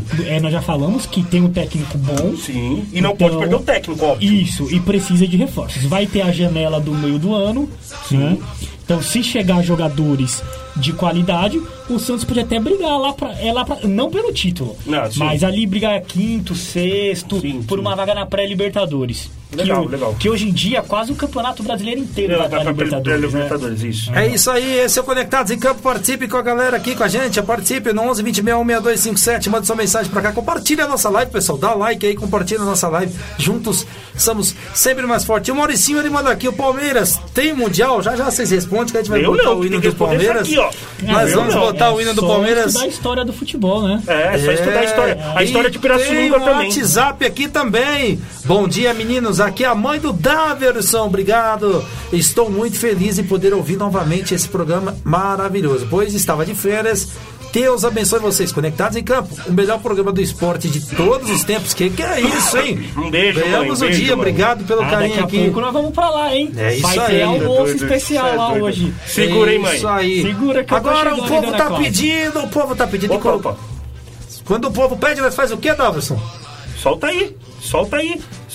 já falamos que tem um técnico bom. Sim, e não pode perder o técnico, óbvio. Isso, e precisa de reforços. Vai ter a janela do meio do ano, né? Então, se chegar jogadores de qualidade, o Santos pode até brigar lá pra não pelo título, mas ali brigar quinto, sexto, por uma vaga na pré-Libertadores. Legal. Que hoje em dia quase o Campeonato Brasileiro inteiro vai pra Libertadores. Isso. É isso aí, esse é o Conectados em Campo. Participe com a galera aqui com a gente. Participe no 11 26 16257. Manda sua mensagem pra cá. Compartilha a nossa live, pessoal. Dá like aí, compartilha a nossa live. Juntos somos sempre mais fortes. E o Mauricinho, ele manda aqui: o Palmeiras tem Mundial? Já vocês respondem que a gente vai botar o hino do Palmeiras. Aqui, ó. Nós vamos botar o hino do Palmeiras. Só estudar a história do futebol, né? Só estudar a história. A história de Pirassununga também. Tem WhatsApp aqui também. Bom dia, meninos. Aqui é a mãe do Daverson. Obrigado. Estou muito feliz em poder ouvir novamente esse programa maravilhoso, pois estava de férias. Deus abençoe vocês. Conectados em Campo, o melhor programa do esporte de todos os tempos. Que é isso, hein? Um beijo, Ganhamos o dia, obrigado pelo carinho aqui. Daqui a pouco nós vamos pra lá, hein? É isso aí. Vai ter almoço especial lá hoje. Segura, hein, mãe? Isso aí. Segura que agora o povo tá pedindo. Opa. Quando o povo pede, nós faz o quê, Daverson? Solta aí. Solta o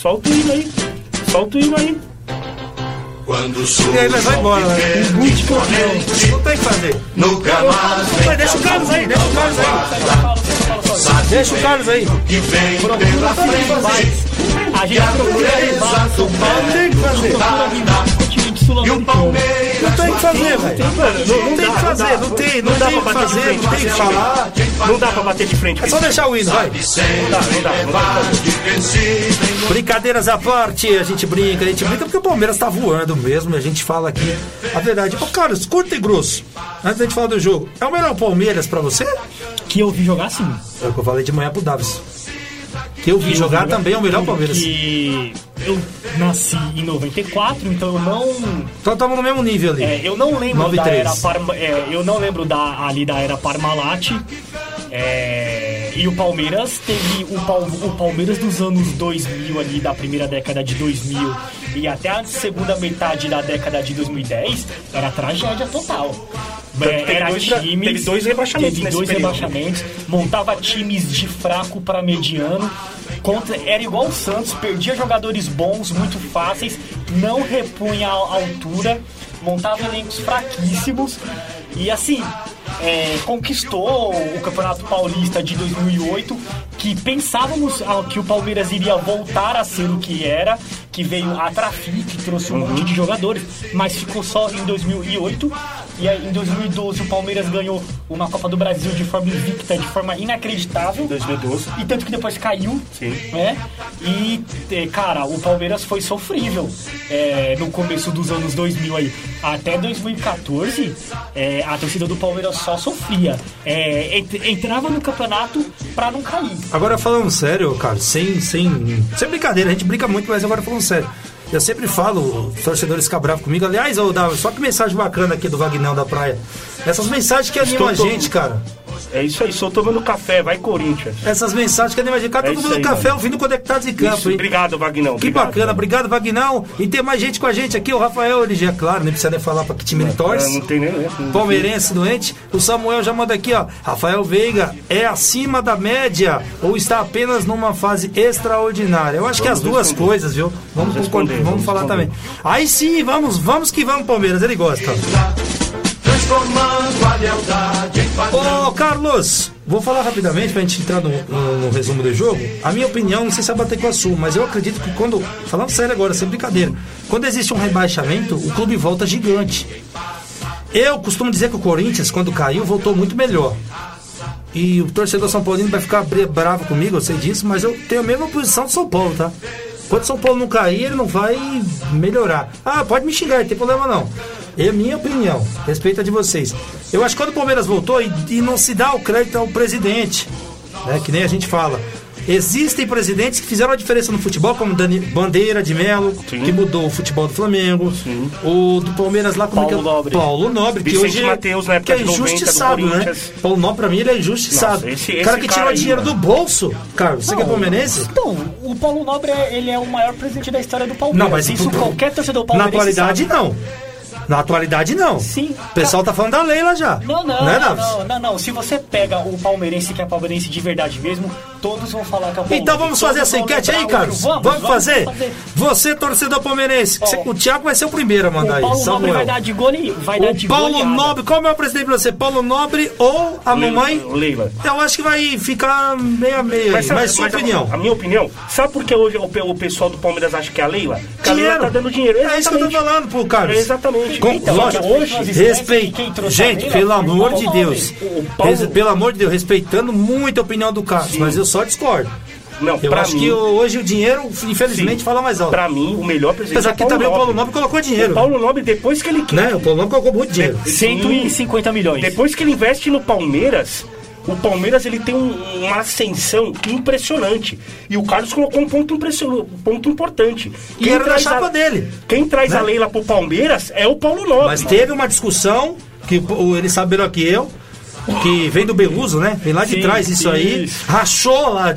hino aí. E aí nós vai embora, né? Não tem que fazer. Deixa o Carlos aí. Deixa o Carlos aí. A gente procura não tem que fazer. Não tem que fazer, velho. Não tem que fazer, não tem que falar. Não dá pra bater de frente. É só deixar o hino, vai. Não dá. Brincadeiras à parte, a gente brinca porque o Palmeiras tá voando mesmo, a gente fala aqui a verdade. Ô, Carlos, curto e grosso, antes da gente falar do jogo, é o melhor Palmeiras pra você? Que eu vi jogar, sim. É o que eu falei de manhã pro Davis. Que eu vi jogar também é o melhor Palmeiras. Que eu nasci em 94, então eu não... Então estamos no mesmo nível ali. Eu não lembro 9, da 3. era eu não lembro ali da era Parmalat. E o Palmeiras teve o Palmeiras dos anos 2000 ali, da primeira década de 2000 e até a segunda metade da década de 2010 era tragédia total. Teve dois rebaixamentos. Montava times de fraco para mediano. Era igual o Santos, perdia jogadores bons, muito fáceis, não repunha a altura, montava elencos fraquíssimos e assim, conquistou o Campeonato Paulista de 2008, que pensávamos que o Palmeiras iria voltar a ser o que era, que veio a Trafi, que trouxe um monte de jogadores, mas ficou só em 2008. E aí, em 2012 o Palmeiras ganhou uma Copa do Brasil de forma invicta, de forma inacreditável. 2012. E tanto que depois caiu. Sim. Né? E, cara, o Palmeiras foi sofrível no começo dos anos 2000 aí. Até 2014, a torcida do Palmeiras só sofria. Entrava no campeonato pra não cair. Agora falando sério, cara, sem brincadeira, a gente brinca muito, mas agora falando sério. Eu sempre falo, os torcedores ficam bravos comigo. Aliás, só que mensagem bacana aqui do Vagnão da Praia. Essas mensagens que animam a gente, cara. É isso aí, só tomando café, vai Corinthians. Essas mensagens que animam a gente. Cara, todo mundo no café ouvindo Conectados em Campo, hein? Obrigado, Vagnão. Que bacana, obrigado, Vagnão. E tem mais gente com a gente aqui, o Rafael LG, claro, nem precisa nem falar pra que time ele torce. Não tem nem. Palmeirense doente. O Samuel já manda aqui, ó. Rafael Veiga é acima da média ou está apenas numa fase extraordinária? Eu acho que as duas coisas, viu? Vamos falar também. Aí sim, vamos que vamos, Palmeiras. Ele gosta. Ô, Carlos, vou falar rapidamente pra gente entrar no resumo do jogo. A minha opinião, não sei se é bater com a sua, mas eu acredito que falando sério agora, sem brincadeira, quando existe um rebaixamento, o clube volta gigante. Eu costumo dizer que o Corinthians, quando caiu, voltou muito melhor. E o torcedor São Paulino vai ficar bravo comigo, eu sei disso, mas eu tenho a mesma posição do São Paulo, tá? Quando o São Paulo não cair, ele não vai melhorar. Pode me xingar, não tem problema não. É a minha opinião, respeito a de vocês. Eu acho que quando o Palmeiras voltou, e não se dá o crédito ao presidente, né, que nem a gente fala. Existem presidentes que fizeram a diferença no futebol, como Bandeira de Melo, que mudou o futebol do Flamengo. Sim. O do Palmeiras lá, como Paulo Nobre, que Vicente hoje Mateus, na época que é injustiçado, né? Paulo Nobre, pra mim, ele é injustiçado. Nossa, o cara que tirou dinheiro do bolso, Carlos, você que é palmeirense? Então, o Paulo Nobre, ele é o maior presidente da história do Palmeiras. Não, mas isso qualquer torcedor palmeirense na atualidade, sabe. Não. Na atualidade, não. Sim. O pessoal tá falando da Leila já. Não. Se você pega o palmeirense, que é palmeirense de verdade mesmo, todos vão falar que é o Palmeiras. Então vamos fazer essa enquete aí, Carlos? Vamos fazer? Você, torcedor palmeirense, o Thiago vai ser o primeiro a mandar aí. O Paulo Nobre vai dar de goleada. Paulo Nobre, qual é o meu presidente pra você? Paulo Nobre ou a mamãe? Leila. Eu acho que vai ficar meio a meio. Mas sua opinião? A minha opinião, sabe por que hoje o pessoal do Palmeiras acha que é a Leila? Que a Leila tá dando dinheiro. É isso que eu tô falando pro Carlos. Exatamente. Hoje, gente, pelo amor de Deus, pelo amor de Deus, respeitando muito a opinião do Carlos, mas eu só discordo. Não, eu acho que hoje o dinheiro, infelizmente, fala mais alto. Pra mim, o melhor presidente Apesar que também o Paulo Nobre colocou dinheiro. O Paulo Nobre, depois que ele... Né? O Paulo Nobre colocou muito dinheiro. 150 milhões. Depois que ele investe no Palmeiras... O Palmeiras, ele tem uma ascensão impressionante. E o Carlos colocou um ponto importante. E era da chapa dele. Quem traz a Leila pro Palmeiras é o Paulo Nobre. Mas teve uma discussão, que ele sabe melhor que eu, que vem do Beluso, né? Vem lá de trás isso aí. Rachou lá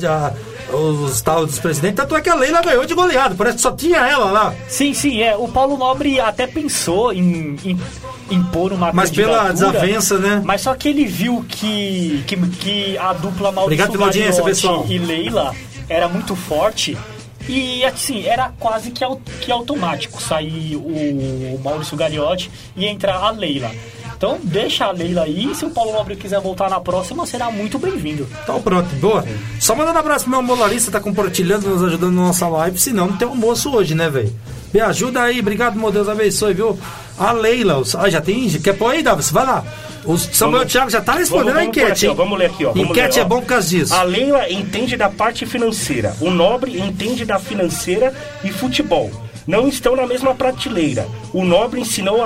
os tal dos presidentes. Tanto é que a Leila ganhou de goleado. Parece que só tinha ela lá. Sim. O Paulo Nobre até pensou em impor uma mas pela desavença, né? Mas só que ele viu que a dupla Maurício Gagliotti e Leila era muito forte. E assim, era quase que automático sair o Maurício Gagliotti e entrar a Leila. Então deixa a Leila aí, se o Paulo Nobre quiser voltar na próxima, será muito bem-vindo. Então pronto, boa. Só mandando um abraço pro meu molarista, tá compartilhando, nos ajudando na nossa live, senão não tem almoço hoje, né, velho? Me ajuda aí, obrigado, meu Deus abençoe, viu? A Leila, já tem, quer pôr aí, Davis? Vai lá. O Samuel Thiago já tá respondendo a enquete, hein? Vamos ler aqui, ó. Enquete é bom por causa disso. A Leila entende da parte financeira. O Nobre entende da financeira e futebol. Não estão na mesma prateleira. O Nobre ensinou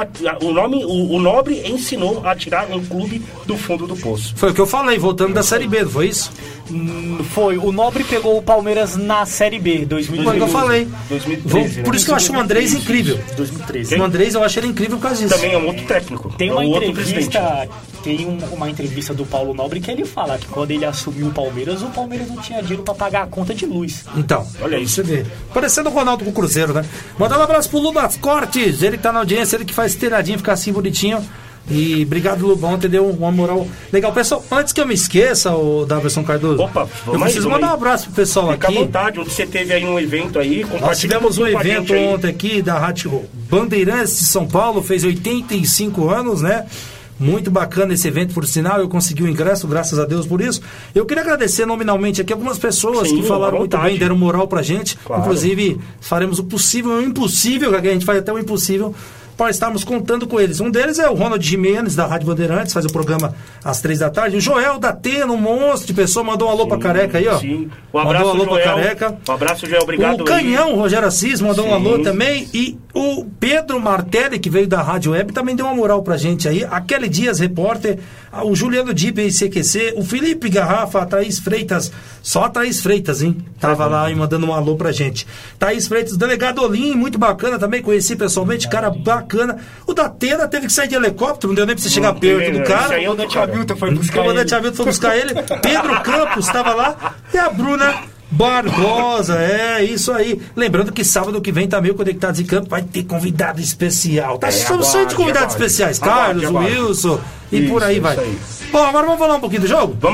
o Nobre ensinou a tirar um clube do fundo do poço. Foi o que eu falei, voltando da Série B, não foi isso? Foi. O Nobre pegou o Palmeiras na Série B, 2013. Foi o que eu falei. 2013, por isso que eu acho o Andrés incrível. 2013. O Andrés eu acho ele incrível por causa disso. Também é um outro técnico. Tem uma outro entrevista, uma entrevista do Paulo Nobre que ele fala que quando ele assumiu o Palmeiras não tinha dinheiro pra pagar a conta de luz. Então, olha isso. Você vê. Parecendo o Ronaldo com o Cruzeiro, né? Mandando um abraço pro Lubas Cortes, ele que tá na audiência, ele que faz tiradinho, ficar assim bonitinho. E obrigado, Lubão, deu uma moral legal. Pessoal, antes que eu me esqueça, o Daverson Cardoso, eu preciso mandar um abraço pro pessoal aqui. Fica à vontade, onde você teve aí um evento aí, nós tivemos um evento ontem aqui da Rádio Bandeirantes de São Paulo, fez 85 anos, né? Muito bacana esse evento, por sinal, eu consegui o ingresso, graças a Deus por isso. Eu queria agradecer nominalmente aqui algumas pessoas que falaram muito bem, deram moral pra gente. Claro. Inclusive, faremos o possível e o impossível, que a gente faz até o impossível, para estarmos contando com eles. Um deles é o Ronald Jimenez, da Rádio Bandeirantes, faz o programa às 3 da tarde. O Joel da Atena, um monstro de pessoa, mandou um alô pra Careca aí, ó. Sim. Um abraço, mandou um alô pra Careca. Um abraço, Joel, obrigado. O Canhão, Rogério Assis, mandou um alô também. E o Pedro Martelli, que veio da Rádio Web, também deu uma moral pra gente aí. A Kelly Dias, repórter. O Juliano Dipe, CQC. O Felipe Garrafa, a Thaís Freitas. Só a Thaís Freitas, hein? Tava lá e mandando um alô pra gente. Thaís Freitas, delegado Olim, muito bacana também. Conheci pessoalmente, cara bacana. O da Atena teve que sair de helicóptero, não deu nem pra você chegar perto do cara. Aí o Dante Hamilton foi buscar ele. O Dante Hamilton foi buscar ele. Pedro Campos estava lá. E a Bruna Barbosa, é isso aí. Lembrando que sábado que vem também o Conectados em Campo vai ter convidado especial. Tá cheio de convidados especiais. Carlos, Wilson e por aí vai. Bom, agora vamos falar um pouquinho do jogo? Vamos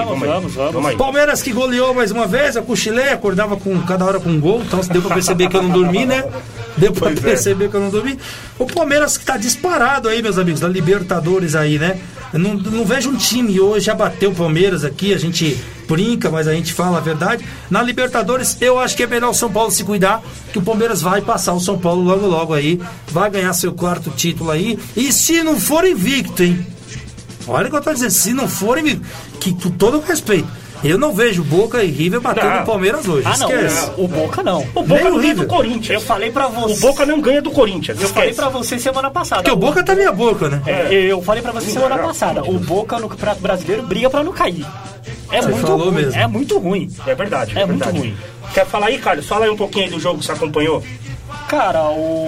aí. Palmeiras que goleou mais uma vez, eu cochilei, acordava cada hora com um gol, então deu pra perceber que eu não dormi, né? Deu pra perceber que eu não dormi. O Palmeiras que tá disparado aí, meus amigos, da Libertadores aí, né? Eu não vejo um time hoje, já bateu o Palmeiras aqui, a gente brinca, mas a gente fala a verdade. Na Libertadores, eu acho que é melhor o São Paulo se cuidar, que o Palmeiras vai passar o São Paulo logo aí, vai ganhar seu 4º título aí, e se não for invicto, hein? Olha o que eu tô dizendo, se não for invicto, que com todo respeito, eu não vejo Boca e River batendo no Palmeiras hoje. Esquece. Não, o Boca não. O Boca não ganha do Corinthians. Eu falei pra você. O Boca não ganha do Corinthians. Eu falei pra você semana passada. Porque o Boca tá minha boca, né? Eu falei pra você semana passada. O Boca no Campeonato Brasileiro briga pra não cair. Você muito falou ruim. Mesmo. É muito ruim. É verdade. É muito ruim. Quer falar aí, Carlos? Fala aí um pouquinho aí do jogo que você acompanhou. Cara,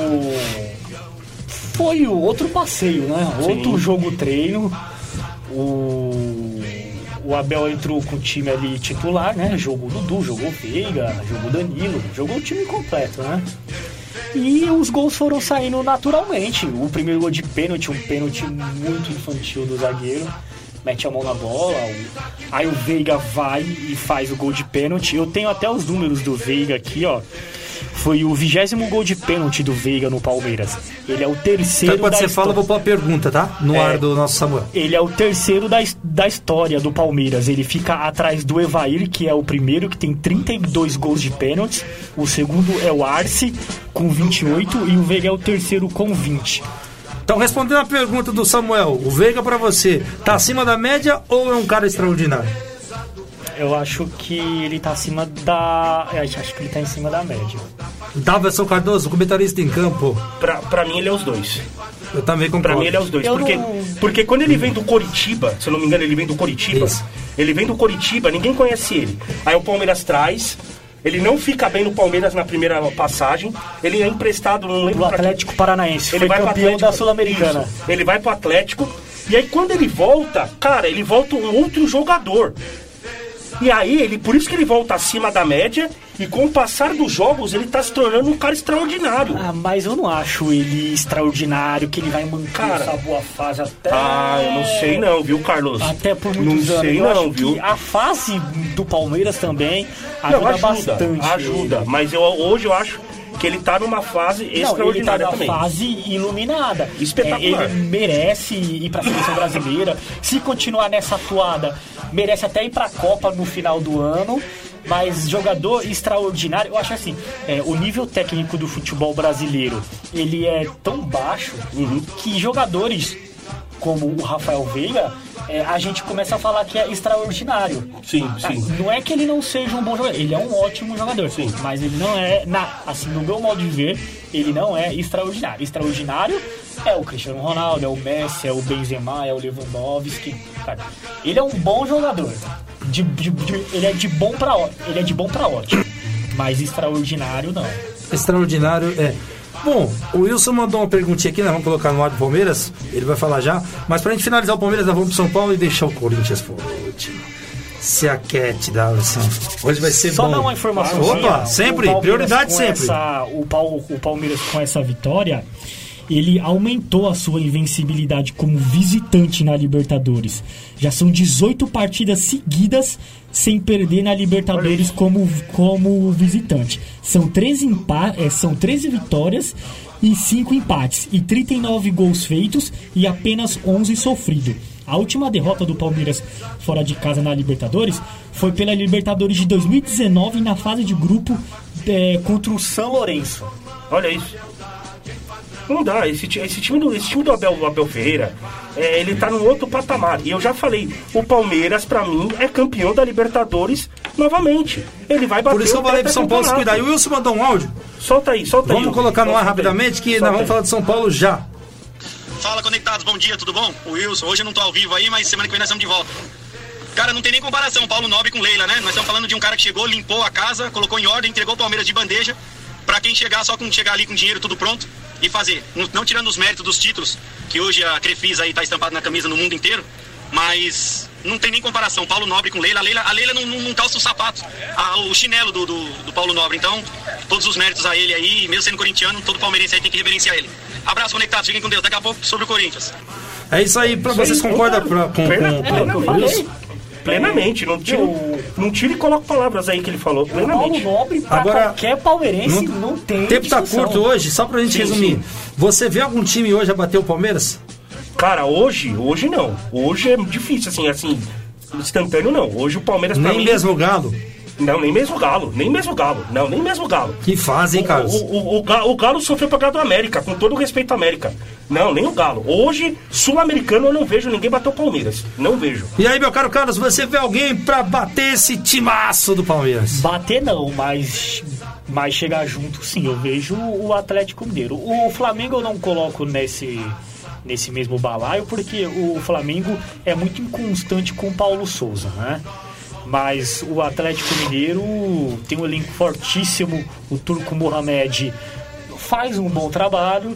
foi o outro passeio, né? Sim. Outro jogo treino. O Abel entrou com o time ali titular, né? Jogou Dudu, jogou Veiga, jogou Danilo, jogou o time completo, né? E os gols foram saindo naturalmente. O primeiro gol de pênalti, um pênalti muito infantil do zagueiro. Mete a mão na bola, aí o Veiga vai e faz o gol de pênalti. Eu tenho até os números do Veiga aqui, ó. Foi o 20º gol de pênalti do Veiga no Palmeiras. Ele é o terceiro então, quando você fala, eu vou pôr a pergunta, tá? No ar do nosso Samuel. Ele é o terceiro da história do Palmeiras. Ele fica atrás do Evair, que é o primeiro, que tem 32 gols de pênaltis. O segundo é o Arce, com 28. E o Veiga é o terceiro, com 20. Então, respondendo a pergunta do Samuel, o Veiga pra você, tá acima da média ou é um cara extraordinário? Eu acho que ele tá acima da... Eu acho que ele tá em cima da média. Daverson Cardoso, comentarista em campo. Pra mim, ele é os dois. Eu também concordo. Pra mim, ele é os dois. Porque quando ele vem do Coritiba, se eu não me engano, ele vem do Coritiba. Isso. Ele vem do Coritiba, ninguém conhece ele. Aí o Palmeiras traz... Ele não fica bem no Palmeiras na primeira passagem. Ele é emprestado, não lembro, pro Atlético Paranaense. Ele vai campeão pro Atlético, da Sul-Americana. Isso. Ele vai pro Atlético. E aí quando ele volta, cara, ele volta um outro jogador. E aí, por isso que ele volta acima da média. E com o passar dos jogos, ele tá se tornando um cara extraordinário. Mas eu não acho ele extraordinário, que ele vai manter essa boa fase até... eu não sei não, viu, Carlos? Até por muitos anos. Não sei não, viu? A fase do Palmeiras também ajuda bastante. Ajuda, mas hoje eu acho que ele tá numa fase extraordinária também. Ele tá numa fase iluminada. Espetacular. Ele merece ir pra seleção brasileira. Se continuar nessa atuada, merece até ir pra Copa no final do ano. Mas jogador extraordinário, eu acho assim, o nível técnico do futebol brasileiro, ele é tão baixo que jogadores como o Rafael Veiga, a gente começa a falar que é extraordinário. Sim. Não é que ele não seja um bom jogador, ele é um ótimo jogador, sim, mas ele não é, assim, no meu modo de ver, ele não é extraordinário. Extraordinário é o Cristiano Ronaldo, é o Messi, é o Benzema, é o Lewandowski. Cara, ele é um bom jogador. Ele é de bom pra ótimo, mas extraordinário não. Extraordinário é. Bom, o Wilson mandou uma perguntinha aqui, nós vamos colocar no ar do Palmeiras, ele vai falar já, mas pra gente finalizar o Palmeiras, nós vamos pro São Paulo e deixar o Corinthians por último. Se aquete, Davison. Hoje vai ser só bom. Só dar uma informação. Opa, sempre, prioridade sempre. O Palmeiras com essa vitória, ele aumentou a sua invencibilidade como visitante na Libertadores. Já são 18 partidas seguidas sem perder na Libertadores como visitante. São 13 vitórias e 5 empates, e 39 gols feitos e apenas 11 sofridos. A última derrota do Palmeiras fora de casa na Libertadores foi pela Libertadores de 2019 na fase de grupo contra o São Lourenço. Olha isso. Não dá, esse time do Abel Ferreira, ele tá num outro patamar. E eu já falei, o Palmeiras, pra mim, é campeão da Libertadores novamente. Ele vai bater. Por isso eu falei pro São Paulo se cuidar. E o Wilson mandou um áudio. Solta aí. Vamos colocar no ar rapidamente, que nós vamos falar de São Paulo já. Fala, conectados, bom dia, tudo bom? O Wilson, hoje eu não tô ao vivo aí, mas semana que vem nós estamos de volta. Cara, não tem nem comparação, Paulo Nobre com Leila, né? Nós estamos falando de um cara que chegou, limpou a casa, colocou em ordem, entregou o Palmeiras de bandeja, pra quem chegar, só com chegar ali com dinheiro tudo pronto e fazer. Não tirando os méritos dos títulos, que hoje a Crefisa aí tá estampado na camisa no mundo inteiro, mas não tem nem comparação, Paulo Nobre com Leila. A Leila não calça o sapato, o chinelo do Paulo Nobre. Então, todos os méritos a ele aí, mesmo sendo corintiano, todo palmeirense aí tem que reverenciar ele. Abraço, conectados, fiquem com Deus. Daqui a pouco sobre o Corinthians. É isso aí, vocês concordam com isso? Plenamente, não tira e coloca palavras aí que ele falou, plenamente. Paulo Nobre, pra agora, qualquer palmeirense, não tem. O tempo tá curto hoje, só pra gente resumir. Sim. Você vê algum time hoje a bater o Palmeiras? Cara, hoje não. Hoje é difícil, assim, instantâneo não. Hoje o Palmeiras nem mesmo o Galo? Não, nem mesmo o Galo. Não, nem mesmo o Galo. Que fazem, Carlos? O Galo sofreu pra do América, com todo o respeito à América. Não, nem o Galo. Hoje, sul-americano, eu não vejo ninguém bater o Palmeiras. Não vejo. E aí, meu caro Carlos, você vê alguém pra bater esse timaço do Palmeiras? Bater não, mas chegar junto, sim. Eu vejo o Atlético Mineiro. O Flamengo eu não coloco nesse mesmo balaio, porque o Flamengo é muito inconstante com o Paulo Souza, né? Mas o Atlético Mineiro tem um elenco fortíssimo, o Turco Mohamed faz um bom trabalho,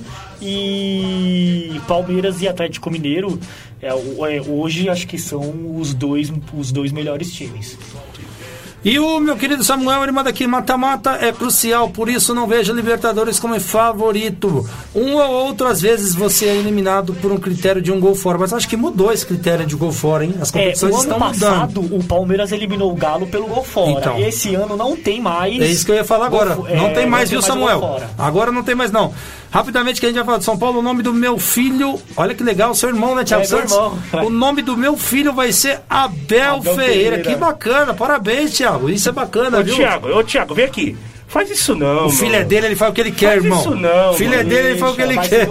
e Palmeiras e Atlético Mineiro hoje acho que são os dois melhores times. E o meu querido Samuel, ele manda aqui: mata-mata é crucial, por isso não vejo a Libertadores como favorito. Um ou outro, às vezes, você é eliminado por um critério de um gol fora. Mas acho que mudou esse critério de gol fora, hein? As competições estão mudando. O ano passado, o Palmeiras eliminou o Galo pelo gol fora. Então, esse ano não tem mais. É isso que eu ia falar agora. Não tem mais, viu, Samuel? Agora não tem mais, não. Rapidamente, que a gente vai falar de São Paulo, o nome do meu filho... Olha que legal, seu irmão, né, Thiago Santos? O nome do meu filho vai ser Abel Ferreira. Que bacana, parabéns, Thiago. Isso é bacana, viu? Thiago, vem aqui. Faz isso não, o filho é dele, ele faz o que ele quer, irmão. Faz isso não, filho é dele, ele faz o que ele quer.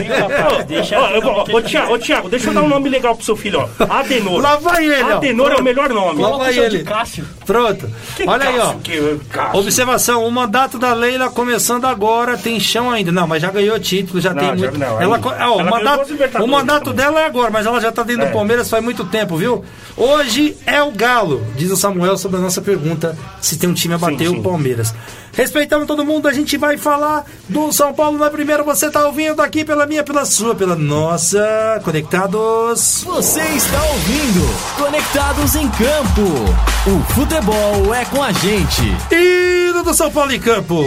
Ô, Thiago, deixa eu dar um nome legal pro seu filho, ó. Adenor. Lá vai ele, ó. Adenor é o melhor nome. Lá vai ele. Pronto. Olha aí, ó. Observação, o mandato da Leila começando agora, tem chão ainda. Não, mas já ganhou título, já tem muito. O mandato dela é agora, mas ela já tá dentro do Palmeiras faz muito tempo, viu? Hoje é o Galo, diz o Samuel sobre a nossa pergunta, se tem um time a bater o Palmeiras. Respeitando todo mundo, a gente vai falar do São Paulo na primeira. Você tá ouvindo aqui pela minha, pela sua, pela nossa. Conectados. Você está ouvindo Conectados em Campo. O futebol é com a gente. Hino do São Paulo em Campo.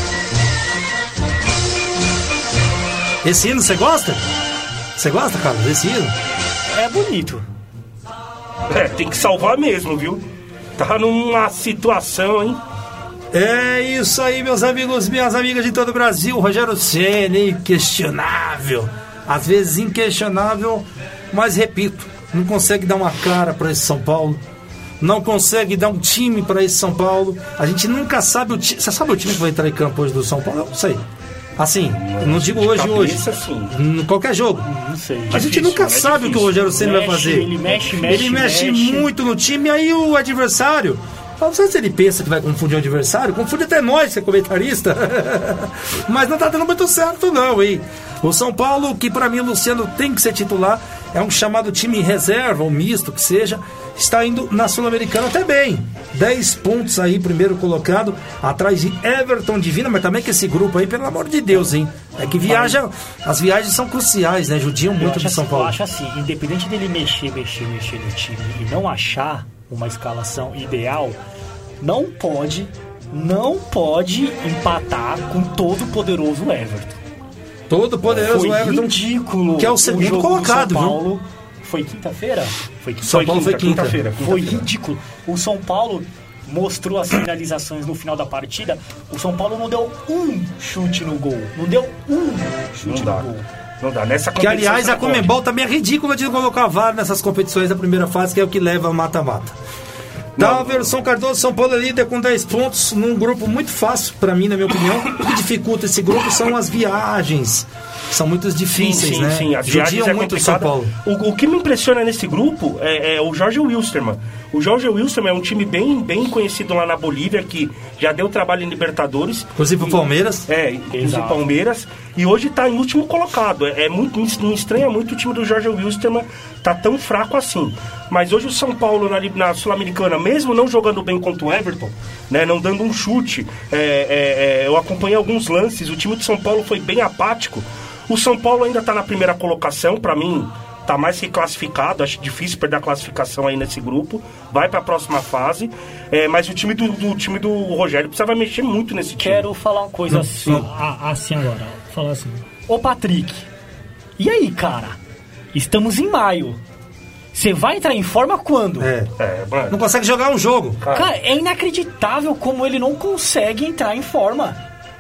Esse hino você gosta? Você gosta, Carlos, desse hino? É bonito. Tem que salvar mesmo, viu? Tá numa situação, hein? É isso aí, meus amigos, minhas amigas de todo o Brasil. Rogério Ceni, inquestionável. Às vezes inquestionável, mas repito, não consegue dar uma cara para esse São Paulo. Não consegue dar um time para esse São Paulo. A gente nunca sabe o time. Você sabe o time que vai entrar em campo hoje do São Paulo? Eu não sei. Assim, não digo hoje. Sim. Qualquer jogo. Não sei. A gente nunca sabe o que o Rogério Ceni vai fazer. Ele mexe muito no time, e aí o adversário... Não sei se ele pensa que vai confundir o adversário, confunde até nós, que é comentarista. Mas não tá dando muito certo, não, hein? O São Paulo, que pra mim o Luciano tem que ser titular, é um chamado time reserva, ou misto, que seja, está indo na Sul-Americana até bem. 10 pontos aí, primeiro colocado, atrás de Everton Divina, mas também que esse grupo aí, pelo amor de Deus, hein? É que as viagens são cruciais, né? Judiam muito do São Paulo. Eu acho assim, independente dele mexer no time e não achar uma escalação ideal, não pode empatar com todo o poderoso Everton. Todo poderoso Everton, ridículo, que é o segundo colocado, São Paulo, viu? Foi quinta-feira? São Paulo foi quinta-feira. Foi ridículo. O São Paulo mostrou as finalizações no final da partida. O São Paulo não deu um chute no gol. Não deu um chute no gol. Não dá. Nessa que, aliás, a Conmebol também é ridícula de colocar VAR nessas competições da primeira fase, que é o que leva a mata-mata. Daverson Cardoso, São Paulo é líder com 10 pontos, num grupo muito fácil, pra mim, na minha opinião. O que dificulta esse grupo são as viagens. São muito difíceis, né? Sim, as viagens é muito São Paulo. O que me impressiona nesse grupo é o Jorge Wilstermann. O Jorge Wilstermann é um time bem conhecido lá na Bolívia, que já deu trabalho em Libertadores. Inclusive o Palmeiras. Inclusive o Palmeiras. E hoje está em último colocado. Me estranha muito o time do Jorge Wilstermann tá tão fraco assim. Mas hoje o São Paulo na Sul-Americana, mesmo não jogando bem contra o Everton, né, não dando um chute, eu acompanhei alguns lances, o time de São Paulo foi bem apático. O São Paulo ainda está na primeira colocação, para mim está mais que classificado, acho difícil perder a classificação aí nesse grupo, vai para a próxima fase, mas o time do Rogério precisava mexer muito nesse time. Quero falar uma coisa assim agora, falar assim. Ô Patrick, e aí, cara? Estamos em maio. Você vai entrar em forma quando? Não consegue jogar um jogo. Cara, é inacreditável como ele não consegue entrar em forma.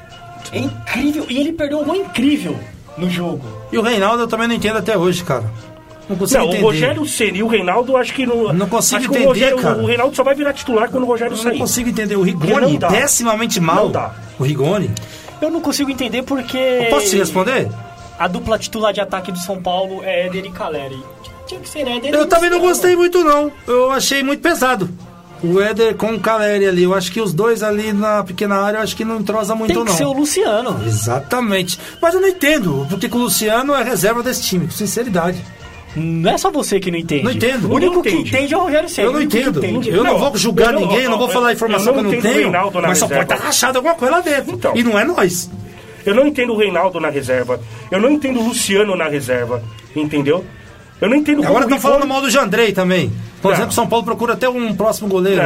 É incrível. E ele perdeu um gol incrível no jogo. E o Reinaldo eu também não entendo até hoje, cara. Não consigo entender. O Rogério Ceni e o Reinaldo, acho que não... Não consigo entender, cara. O Reinaldo só vai virar titular quando o Rogério sair. Eu não consigo entender. O Rigoni, pessimamente mal. Não dá. O Rigoni. Eu não consigo entender porque... Eu posso te responder? A dupla titular de ataque do São Paulo é Éder e Caleri. Tinha que ser Éder. Eu também não gostei muito, não. Eu achei muito pesado. O Éder com o Caleri ali. Eu acho que os dois ali na pequena área, eu acho que não entrosa muito, não. Tem que ser o Luciano. Exatamente. Mas eu não entendo, porque o Luciano é reserva desse time, com sinceridade. Não é só você que não entende. Não entendo. O único que entende é o Rogério Ceni. Eu não entendo. Eu não vou julgar ninguém, eu não vou falar informação que eu não tenho, mas só pode estar rachado alguma coisa lá dentro. Então, e não é nós. Eu não entendo o Reinaldo na reserva. Eu não entendo o Luciano na reserva. Entendeu? Eu não entendo... Agora estão falando mal do Jandrei também. Por exemplo, São Paulo procura até um próximo goleiro.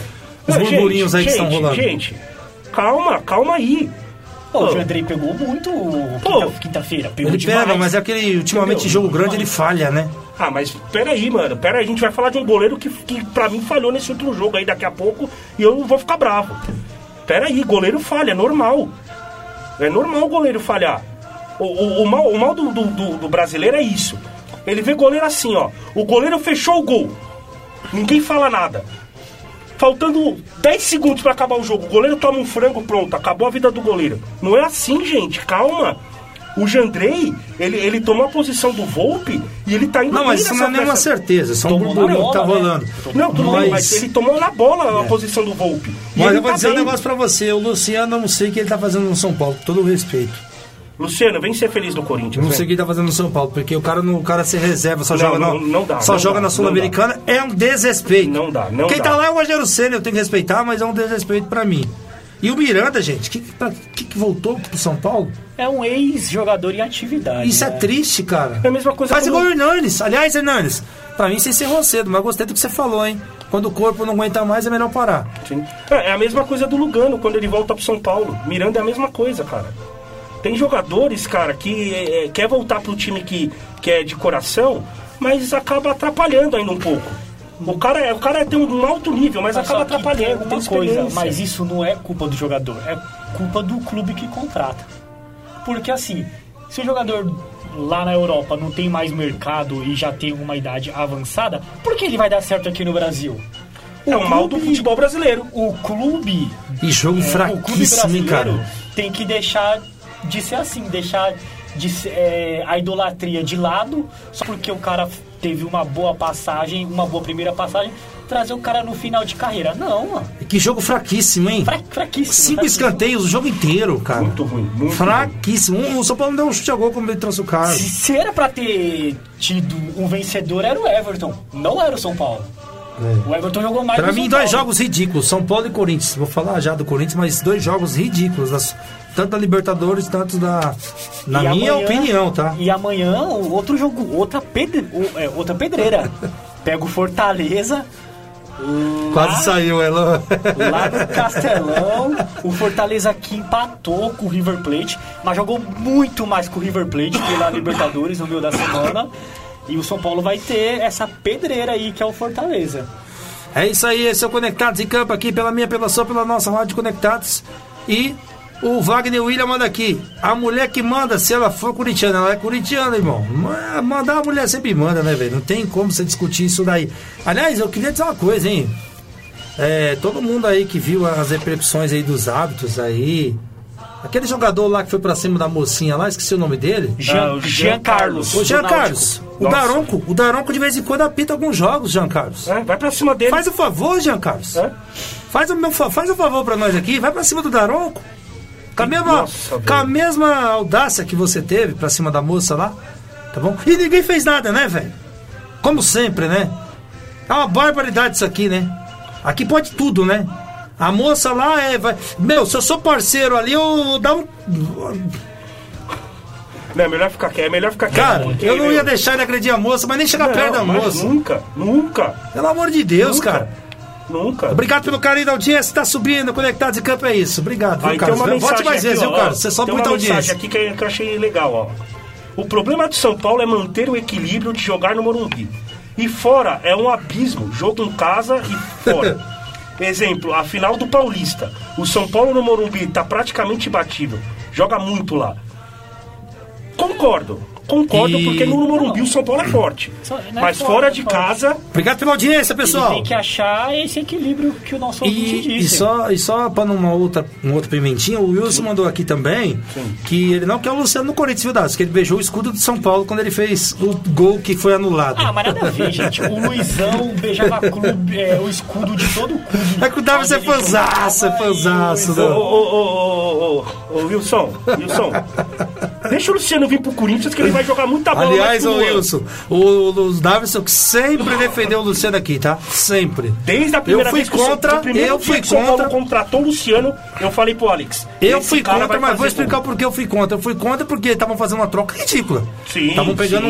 Os burburinhos aí que estão rolando. Gente, calma aí. O Jandrei pegou muito quinta-feira. Ele pega, mas é aquele, ultimamente, jogo grande, ele falha, né? Mas peraí, mano. A gente vai falar de um goleiro que pra mim falhou nesse outro jogo aí daqui a pouco e eu vou ficar bravo. Peraí, goleiro falha, é normal. É normal o goleiro falhar. O mal do brasileiro é isso. Ele vê goleiro assim, ó. O goleiro fechou o gol. Ninguém fala nada. Faltando 10 segundos pra acabar o jogo, o goleiro toma um frango, pronto, acabou a vida do goleiro. Não é assim, gente, calma. O Jandrei, ele tomou a posição do Volpi e ele tá indo... Não, mas isso não é nenhuma certeza, só um burburinho que tá rolando. Não, tudo bem, mas ele tomou na bola a posição do Volpi. Mas eu vou dizer um negócio pra você, o Luciano, eu não sei o que ele tá fazendo no São Paulo, com todo o respeito. Luciano, vem ser feliz no Corinthians. Não sei o que ele tá fazendo no São Paulo, porque o cara se reserva, só joga na Sul-Americana, é um desrespeito. Não dá. Quem tá lá é o Rogério Ceni, eu tenho que respeitar, mas é um desrespeito pra mim. E o Miranda, gente, que voltou pro São Paulo? É um ex-jogador em atividade. Isso, né? É triste, cara. É a mesma coisa. Faz igual o Hernanes. Aliás, Hernanes, pra mim você encerrou cedo, mas gostei do que você falou, hein? Quando o corpo não aguenta mais, é melhor parar. Sim. É a mesma coisa do Lugano, quando ele volta pro São Paulo. Miranda é a mesma coisa, cara. Tem jogadores, cara, que quer voltar pro time que é de coração, mas acaba atrapalhando ainda um pouco. O cara tem um alto nível, mas acaba atrapalhando. Uma coisa, mas isso não é culpa do jogador, é culpa do clube que contrata. Porque assim, se o jogador lá na Europa não tem mais mercado e já tem uma idade avançada, por que ele vai dar certo aqui no Brasil? É o mal do futebol brasileiro. O clube... E jogo fraquíssimo, cara. Tem que deixar de ser assim, deixar a idolatria de lado, só porque o cara teve uma boa passagem, uma boa primeira passagem, trazer o cara no final de carreira. Não, mano. Que jogo fraquíssimo, hein? Fraquíssimo. 5 escanteios o jogo inteiro, cara. Muito ruim, muito fraquíssimo. O São Paulo não deu um chute a gol como ele trouxe o cara. Se era pra ter tido um vencedor, era o Everton, não era o São Paulo. O Everton jogou mais. Pra mim, 2 jogos ridículos, São Paulo e Corinthians. Vou falar já do Corinthians, mas 2 jogos ridículos, tanto da Libertadores, tanto na minha opinião, tá? E amanhã, outro jogo, outra pedreira. Pega o Fortaleza. Quase saiu, ela. Lá no Castelão, o Fortaleza aqui empatou com o River Plate, mas jogou muito mais com o River Plate pela Libertadores no meio da semana. E o São Paulo vai ter essa pedreira aí, que é o Fortaleza. É isso aí, esse é o Conectados em Campo aqui, pela nossa Rádio Conectados. E o Wagner William manda aqui: a mulher que manda, se ela for corintiana, ela é corintiana, irmão. Mandar a mulher sempre manda, né, velho? Não tem como você discutir isso daí. Aliás, eu queria dizer uma coisa, hein? Todo mundo aí que viu as repercussões aí dos hábitos aí. Aquele jogador lá que foi pra cima da mocinha lá, esqueci o nome dele. Jean Carlos. O Jean Carlos. O Daronco de vez em quando apita alguns jogos, Jean Carlos. Vai pra cima dele. Faz o favor, Jean Carlos. Faz o favor pra nós aqui. Vai pra cima do Daronco. Com a mesma audácia que você teve pra cima da moça lá. Tá bom? E ninguém fez nada, né, velho? Como sempre, né? É uma barbaridade isso aqui, né? Aqui pode tudo, né? A moça lá se eu sou parceiro ali, eu dá um. Não, é melhor ficar quieto. Cara, eu não ia deixar ele agredir a moça, mas nem chegar perto da moça. Nunca. Pelo amor de Deus, cara. Nunca. Obrigado pelo carinho da audiência, tá subindo, Conectados em Campo, é isso. Obrigado, viu, Carlos? Volte mais vezes, viu, Carlos? Você sobe muita audiência. Tem uma mensagem aqui que eu achei legal, ó. O problema do São Paulo é manter o equilíbrio de jogar no Morumbi. E fora é um abismo, jogo em casa e fora. Exemplo, a final do Paulista. O São Paulo no Morumbi tá praticamente imbatível. Joga muito lá. Concordo, porque no Morumbi o São Paulo é forte. Mas fora de casa... Obrigado pela audiência, pessoal. Tem que achar esse equilíbrio que o nosso ouvinte disse. E só para um outro pimentinho, o Wilson mandou aqui também que ele não quer o Luciano no Corinthians, viu, Dados? Que ele beijou o escudo do São Paulo quando ele fez o gol que foi anulado. Mas nada a ver, gente. O Luizão beijava o escudo de todo o clube. É que o Davis é fãzaço, Wilson, deixa o Luciano vir pro Corinthians que ele vai jogar muita bola. Aliás, Wilson, o Davidson que sempre defendeu o Luciano aqui, tá? Sempre. Desde a primeira vez que o São Paulo contratou o Luciano, eu falei pro Alex. Eu fui contra, mas vou explicar por que eu fui contra. Eu fui contra porque estavam fazendo uma troca ridícula. Estavam pegando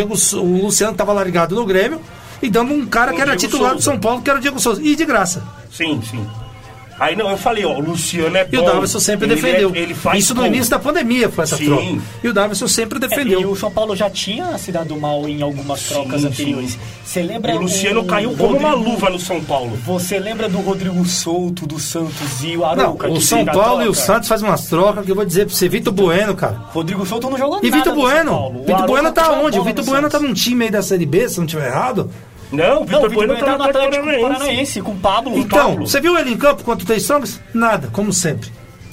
o Luciano que tava largado no Grêmio e dando um cara que era titular do São Paulo, que era o Diego Souza. E de graça. Sim. Aí não, eu falei, o Luciano é bom. E o Davidson sempre defendeu. Ele faz isso no início da pandemia foi essa troca. E o Davidson sempre defendeu. E o São Paulo já tinha se dado mal em algumas trocas anteriores. Você lembra? O Luciano caiu como uma luva no São Paulo. Você lembra do Rodrigo Souto, do Santos e o Arouca? O São Paulo e o Santos fazem umas trocas que eu vou dizer pra você, Vitor Bueno, cara. Rodrigo Souto não jogou nada. E Vitor Bueno? Vitor Bueno tá onde? O Vitor Bueno tá num time aí da Série B, se não estiver errado. Não, o Vitor Bueno tá no Atlético Paranaense com o Pablo. Então, você viu ele em campo contra o Três Strongers? Nada, como sempre.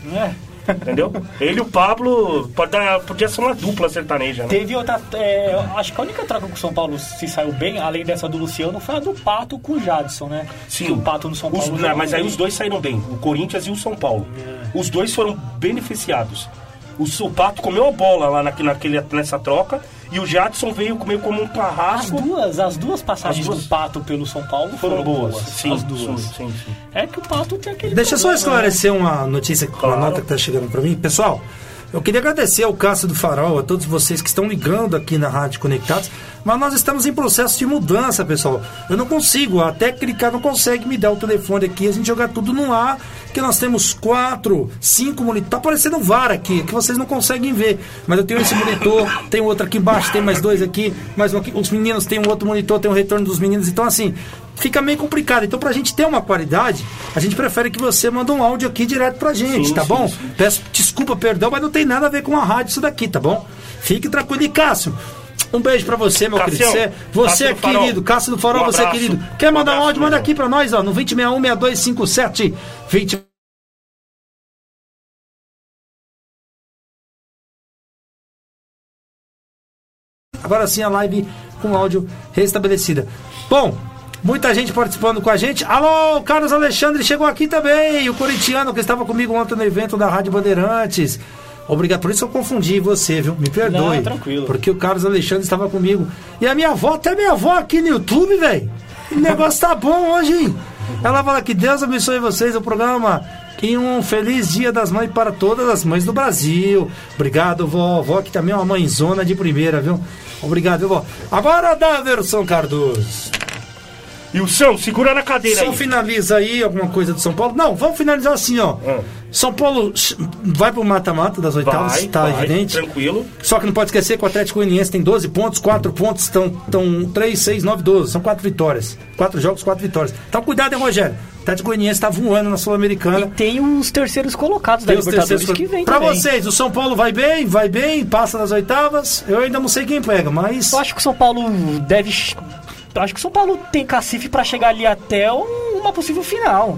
Entendeu? Ele e o Pablo podia ser uma dupla sertaneja, né? Teve outra. Acho que a única troca que o São Paulo se saiu bem, além dessa do Luciano, foi a do Pato com o Jadson, né? Sim. Que o Pato no São Paulo. Mas aí os dois saíram bem, o Corinthians e o São Paulo. Os dois foram beneficiados. O Pato comeu a bola lá nessa troca e o Jadson veio meio como um carrasco. As duas passagens do Pato pelo São Paulo foram boas. Sim, as duas. Sim. É que o Pato tem aquele. Deixa eu só esclarecer uma notícia, uma nota que tá chegando para mim. Pessoal, eu queria agradecer ao Cássio do Farol, a todos vocês que estão ligando aqui na Rádio Conectados, mas nós estamos em processo de mudança, pessoal. Eu não consigo, a técnica não consegue me dar o telefone aqui, a gente jogar tudo no ar, que nós temos 4, 5 monitores. Tá aparecendo VAR aqui, que vocês não conseguem ver. Mas eu tenho esse monitor, tem outro aqui embaixo, tem mais 2 aqui, mais um aqui. Os meninos têm um outro monitor, tem o retorno dos meninos. Então, assim, fica meio complicado. Então, pra gente ter uma qualidade, a gente prefere que você mande um áudio aqui direto pra gente, tá bom? Peço desculpa, perdão, mas não tem nada a ver com a rádio isso daqui, tá bom? Fique tranquilo. E Cássio, um beijo pra você, meu querido. Você é querido. Cássio do Farol, você é querido. Quer mandar um áudio? Manda aqui pra nós, ó, no 2061-6257. Agora sim a live com áudio restabelecida. Bom, muita gente participando com a gente. Alô, o Carlos Alexandre chegou aqui também, o corintiano que estava comigo ontem no evento da Rádio Bandeirantes. Obrigado, por isso eu confundi você, viu? Me perdoe. Não, tranquilo. Porque o Carlos Alexandre estava comigo. E a minha avó, até minha avó aqui no YouTube, velho. O negócio tá bom hoje, hein? Ela fala que Deus abençoe vocês, o programa. E um feliz Dia das Mães para todas as mães do Brasil. Obrigado, vó. Vó que também é uma mãezona de primeira, viu? Obrigado, viu, vó? Agora dá a versão Cardoso. Wilson, segura na cadeira Só aí. finaliza aí alguma coisa do São Paulo. Não, vamos finalizar assim, ó. São Paulo vai pro mata-mata das oitavas, tá evidente. Tranquilo. Só que não pode esquecer que o Atlético Goianiense tem 12 pontos, 4 pontos, estão 3, 6, 9, 12. São 4 vitórias. 4 jogos, 4 vitórias. Então cuidado, hein, Rogério. O Atlético Goianiense tá voando na Sul-Americana. E tem os terceiros colocados da Libertadores que vem pra também. vocês, o São Paulo vai bem, passa nas oitavas. Eu ainda não sei quem pega, mas... Eu acho que o São Paulo deve... Acho que o São Paulo tem cacife para chegar ali até uma possível final.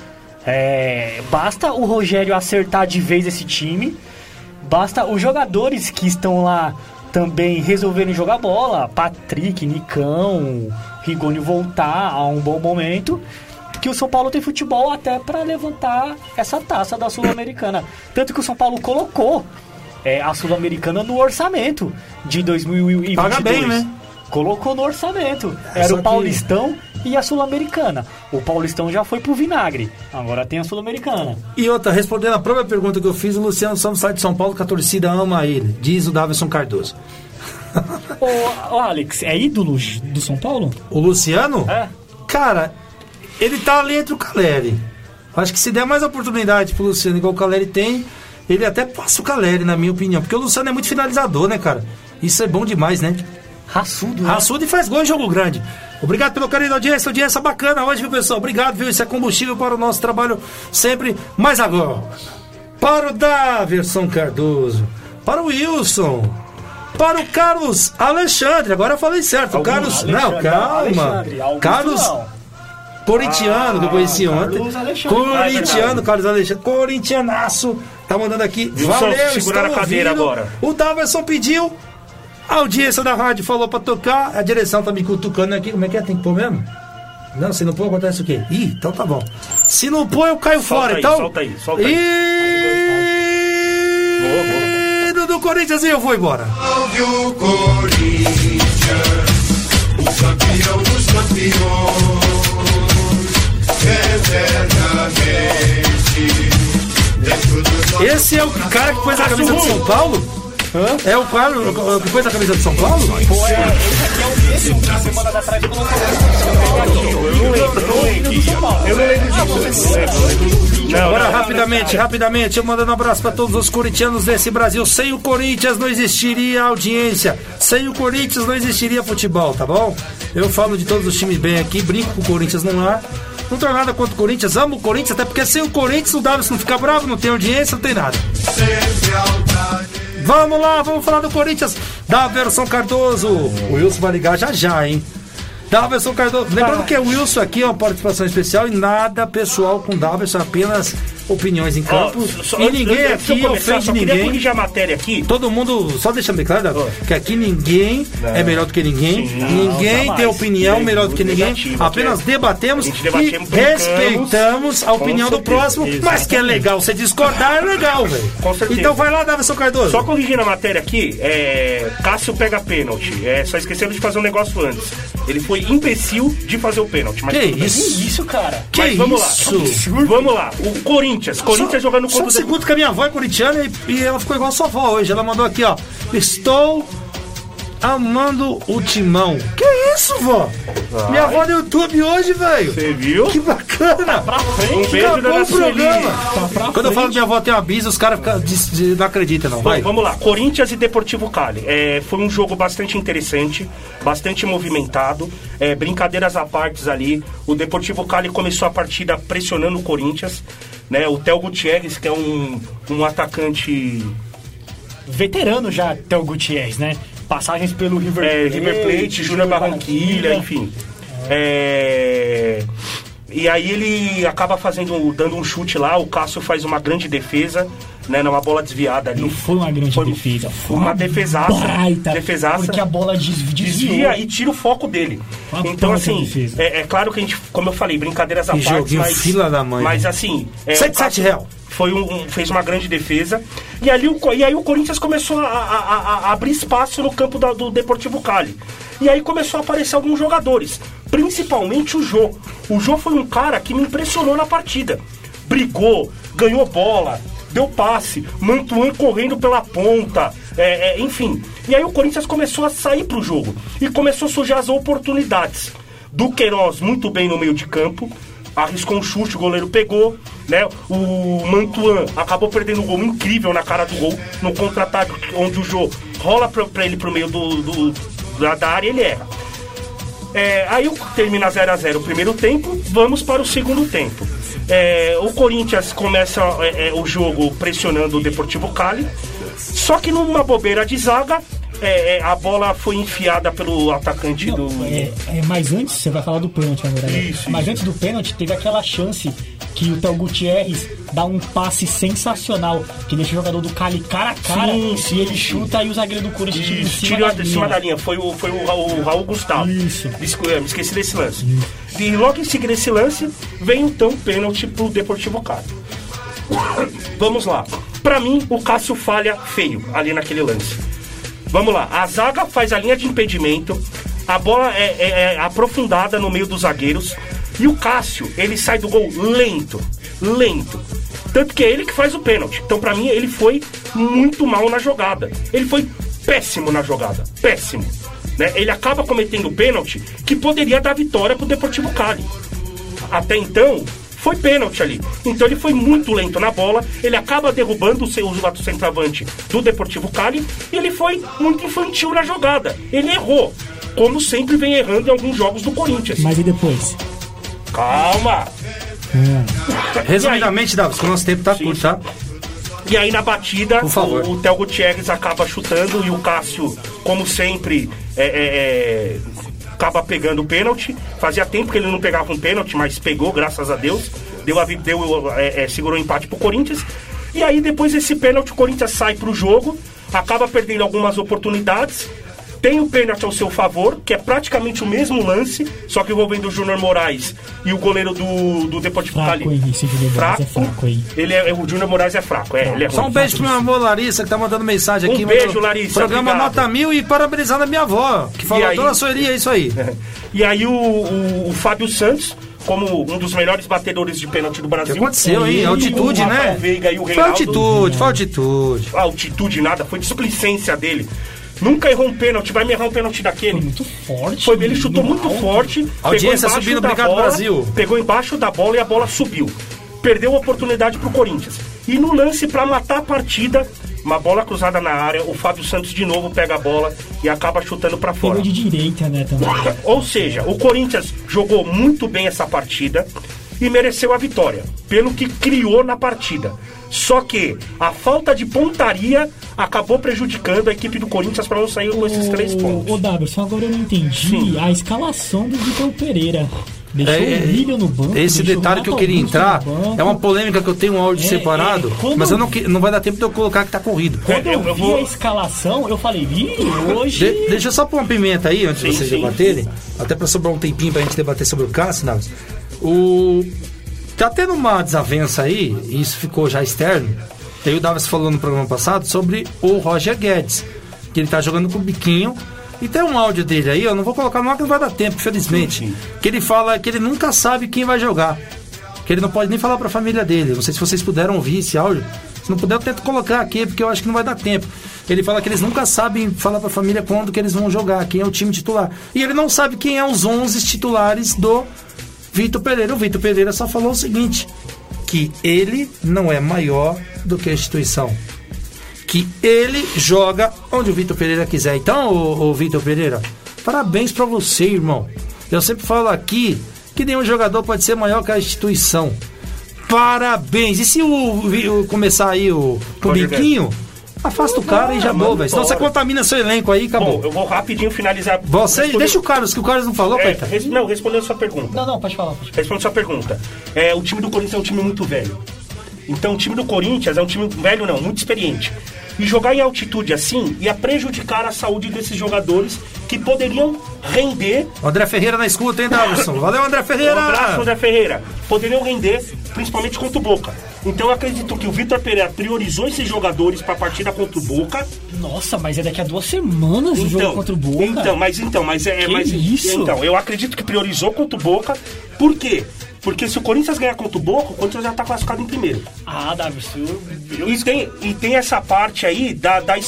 Basta o Rogério acertar de vez esse time. Basta os jogadores que estão lá também resolverem jogar bola. Patrick, Nicão, Rigoni voltar a um bom momento. Que o São Paulo tem futebol até para levantar essa taça da Sul-Americana. Tanto que o São Paulo colocou a Sul-Americana no orçamento de 2022. Paga bem, né? Colocou no orçamento. Era o Paulistão e a Sul-Americana. O Paulistão já foi pro vinagre. Agora tem a Sul-Americana. E outra, respondendo a própria pergunta que eu fiz, o Luciano Santos sai de São Paulo que a torcida ama ele, diz o Davidson Cardoso. Ô Alex, é ídolo do São Paulo? O Luciano? É. Cara, ele tá ali entre o Caleri. Acho que se der mais oportunidade pro Luciano, igual o Caleri tem, ele até passa o Caleri, na minha opinião. Porque o Luciano é muito finalizador, né, cara? Isso é bom demais, né? Raçudo, né? Raçudo e faz gol em jogo grande. Obrigado pelo carinho da audiência bacana hoje, viu, pessoal? Obrigado, viu? Isso é combustível para o nosso trabalho sempre. Mas agora, para o Daverson Cardoso, para o Wilson, para o Carlos Alexandre. Agora eu falei certo. O Carlos. Não, calma. Carlos. Corintiano, que eu conheci ontem. Corintiano, Carlos Alexandre. Corintianaço. Tá mandando aqui. Valeu, segurar na cadeira agora. O Daverson pediu. A audiência da rádio falou pra tocar. A direção tá me cutucando aqui. Como é que é? Tem que pôr mesmo? Não, se não pôr, acontece o quê? Ih, então tá bom. Se não pôr, eu caio fora, aí, então. Solta aí. Hino do Corinthians e eu vou embora. Salve o Corinthians, o campeão dos campeões, eternamente dentro dos nossos. Esse é o cara que pôs a camisa de São Paulo? É o cara que pôs a camisa de São Paulo? Esse aqui é o mesmo que semana atrás colocou Eu não lembro disso. Agora, rapidamente, eu mandando um abraço para todos os corintianos desse Brasil. Sem o Corinthians não existiria audiência. Sem o Corinthians não existiria futebol, tá bom? Eu falo de todos os times bem aqui, brinco com o Corinthians no ar. Não tenho nada contra o Corinthians, amo o Corinthians, até porque sem o Corinthians o Davis não fica bravo, não tem audiência, não tem nada. Vamos lá, vamos falar do Corinthians. Daverson Cardoso. O Wilson vai ligar já, hein? Daverson Cardoso. Lembrando que o Wilson aqui é uma participação especial e nada pessoal com Daverson, apenas opiniões em campo. E ninguém aqui ofende ninguém. Queria corrigir a matéria aqui. Todo mundo, só deixando bem claro, que aqui ninguém é melhor do que ninguém. Ninguém tem opinião melhor do que ninguém. Apenas debatemos e respeitamos a opinião do próximo. Mas que é legal você discordar, é legal, velho. Com certeza. Então vai lá, Daverson Cardoso. Só corrigindo a matéria aqui, Cássio pega pênalti. Só esqueceram de fazer um negócio antes. Ele foi imbecil de fazer o pênalti. Mas que isso, cara? Que vamos isso? Lá. Vamos lá. O Corinthians jogando contra o... Só um segundo que a minha avó é corintiana e ela ficou igual a sua avó hoje. Ela mandou aqui, ó. Estou amando o Timão. Que isso, vó? Minha avó no YouTube hoje, velho. Você viu? Que bacana. Pra frente. Um beijo da nossa programa. Quando eu falo que minha avó tem uma bisa, os caras não acreditam, não. Vai. Bom, vamos lá. Corinthians e Deportivo Cali. Foi um jogo bastante interessante, bastante movimentado. Brincadeiras à parte ali. O Deportivo Cali começou a partida pressionando o Corinthians. Né? O Theo Gutierrez, que é um atacante... veterano já, Theo Gutierrez, né? Passagens pelo River Plate, Júnior Barranquilla, enfim. E aí ele acaba dando um chute lá, o Cássio faz uma grande defesa, né, numa bola desviada ali. Não foi uma grande defesa, foi uma defesaça. Porque a bola desvia e tira o foco dele. Então, assim, é claro que a gente, como eu falei, brincadeiras à parte, mas... fila da mãe. Mas, assim... 7 real. Fez uma grande defesa. E aí o Corinthians começou a abrir espaço no campo do Deportivo Cali. E aí começou a aparecer alguns jogadores. Principalmente o Jô. O Jô foi um cara que me impressionou na partida. Brigou, ganhou bola, deu passe, Mantuan correndo pela ponta, enfim. E aí o Corinthians começou a sair pro jogo. E começou a surgir as oportunidades. Duqueiroz muito bem no meio de campo. Arriscou um chute, o goleiro pegou, né? O Mantuan acabou perdendo um gol incrível na cara do gol, no contra-ataque, onde o Jô rola pra ele pro meio da área e ele erra. Aí termina 0x0 o primeiro tempo, vamos para o segundo tempo. O Corinthians começa o jogo pressionando o Deportivo Cali, só que numa bobeira de zaga, a bola foi enfiada pelo atacante do... Mas antes, você vai falar do pênalti agora. Isso. Mas antes do pênalti, teve aquela chance que o Théo Gutierrez dá um passe sensacional, que deixa o jogador do Cali cara a cara, e ele chuta e o zagueiro do Corinthians tira de cima da linha. Foi o Raul Gustavo. Isso. Me esqueci desse lance. E logo em seguida desse lance, vem então o pênalti pro Deportivo Cali. Vamos lá. Pra mim, o Cássio falha feio ali naquele lance. Vamos lá, a zaga faz a linha de impedimento, a bola é aprofundada no meio dos zagueiros e o Cássio, ele sai do gol lento. Tanto que é ele que faz o pênalti. Então, pra mim, ele foi muito mal na jogada. Ele foi péssimo na jogada, péssimo. Né? Ele acaba cometendo o pênalti que poderia dar vitória pro Deportivo Cali. Até então... foi pênalti ali. Então ele foi muito lento na bola, ele acaba derrubando o centroavante do Deportivo Cali e ele foi muito infantil na jogada. Ele errou, como sempre vem errando em alguns jogos do Corinthians. Mas e depois? Calma! Resumidamente, Davi, que o nosso tempo tá curto, tá? E aí na batida, por favor, o Théo Gutierrez acaba chutando e o Cássio, como sempre, acaba pegando o pênalti. Fazia tempo que ele não pegava um pênalti, mas pegou, graças a Deus. Segurou o empate pro Corinthians. E aí depois desse pênalti o Corinthians sai pro jogo, acaba perdendo algumas oportunidades. Tem o pênalti ao seu favor, que é praticamente o mesmo lance, só que envolvendo o Júnior Moraes e o goleiro do Deportivo Cali. O Júnior Moraes é fraco. Ele é só um beijo pro meu amor Larissa, que tá mandando mensagem aqui. Um beijo, Larissa. Programa obrigado. Nota 1000 e parabenizando a minha avó, que falou, dona Sueli, é isso aí. E aí o Fábio Santos, como um dos melhores batedores de pênalti do Brasil. O que aconteceu, hein? Altitude, né? Veiga e o foi altitude. Altitude nada, foi displicência dele. Nunca errou um pênalti, vai me errar um pênalti daquele. Foi muito forte. Ele chutou muito forte. Audiência subindo, obrigado, Brasil. Pegou embaixo da bola e a bola subiu. Perdeu a oportunidade pro Corinthians. E no lance pra matar a partida, uma bola cruzada na área, o Fábio Santos de novo pega a bola e acaba chutando pra fora. Pegou de direita, né, também. Ou seja, o Corinthians jogou muito bem essa partida e mereceu a vitória, pelo que criou na partida. Só que a falta de pontaria acabou prejudicando a equipe do Corinthians para não sair com esses 3 pontos. Ô, Davidson, agora eu não entendi a escalação do Vitor Pereira. Deixou o William no banco. Esse detalhe que eu queria entrar é uma polêmica que eu tenho um áudio separado, mas não vai dar tempo de eu colocar que tá corrido. Quando eu vi a escalação, eu falei, hoje... Deixa eu só pôr uma pimenta aí, antes de vocês debaterem, até para sobrar um tempinho pra gente debater sobre o Cássio, Davis. Tá tendo uma desavença aí, e isso ficou já externo. Aí o Davis falou no programa passado sobre o Roger Guedes, que ele tá jogando com o biquinho. E tem um áudio dele aí, eu não vou colocar no ar que não vai dar tempo, infelizmente. Que ele fala que ele nunca sabe quem vai jogar, que ele não pode nem falar pra família dele. Não sei se vocês puderam ouvir esse áudio. Se não puder, eu tento colocar aqui, porque eu acho que não vai dar tempo. Ele fala que eles nunca sabem falar pra família quando que eles vão jogar, quem é o time titular. E ele não sabe quem é os 11 titulares do Vitor Pereira. O Vitor Pereira só falou o seguinte, que ele não é maior do que a instituição, que ele joga onde o Vitor Pereira quiser. Então, o Vitor Pereira, parabéns pra você, irmão. Eu sempre falo aqui que nenhum jogador pode ser maior que a instituição. Parabéns. E se começar aí o biquinho, afasta o cara e já deu, velho. Senão você contamina seu elenco aí, acabou. Bom, eu vou rapidinho finalizar. Você, deixa o Carlos, que o Carlos não falou, Paita. Não, respondendo a sua pergunta. Não, pode falar. Respondendo a sua pergunta. O time do Corinthians é um time muito velho. Então o time do Corinthians é um time velho, não, muito experiente. E jogar em altitude assim ia prejudicar a saúde desses jogadores que poderiam render. André Ferreira na escuta, hein, Davidson? Valeu, André Ferreira! Um abraço, André Ferreira. Poderiam render, principalmente contra o Boca. Então eu acredito que o Vitor Pereira priorizou esses jogadores para a partida contra o Boca. Nossa, mas é daqui a 2 semanas o jogo contra o Boca. Mas isso? Então, eu acredito que priorizou contra o Boca. Por quê? Porque se o Corinthians ganhar contra o Boca, o Corinthians já tá classificado em primeiro. Davidson. E tem essa parte aí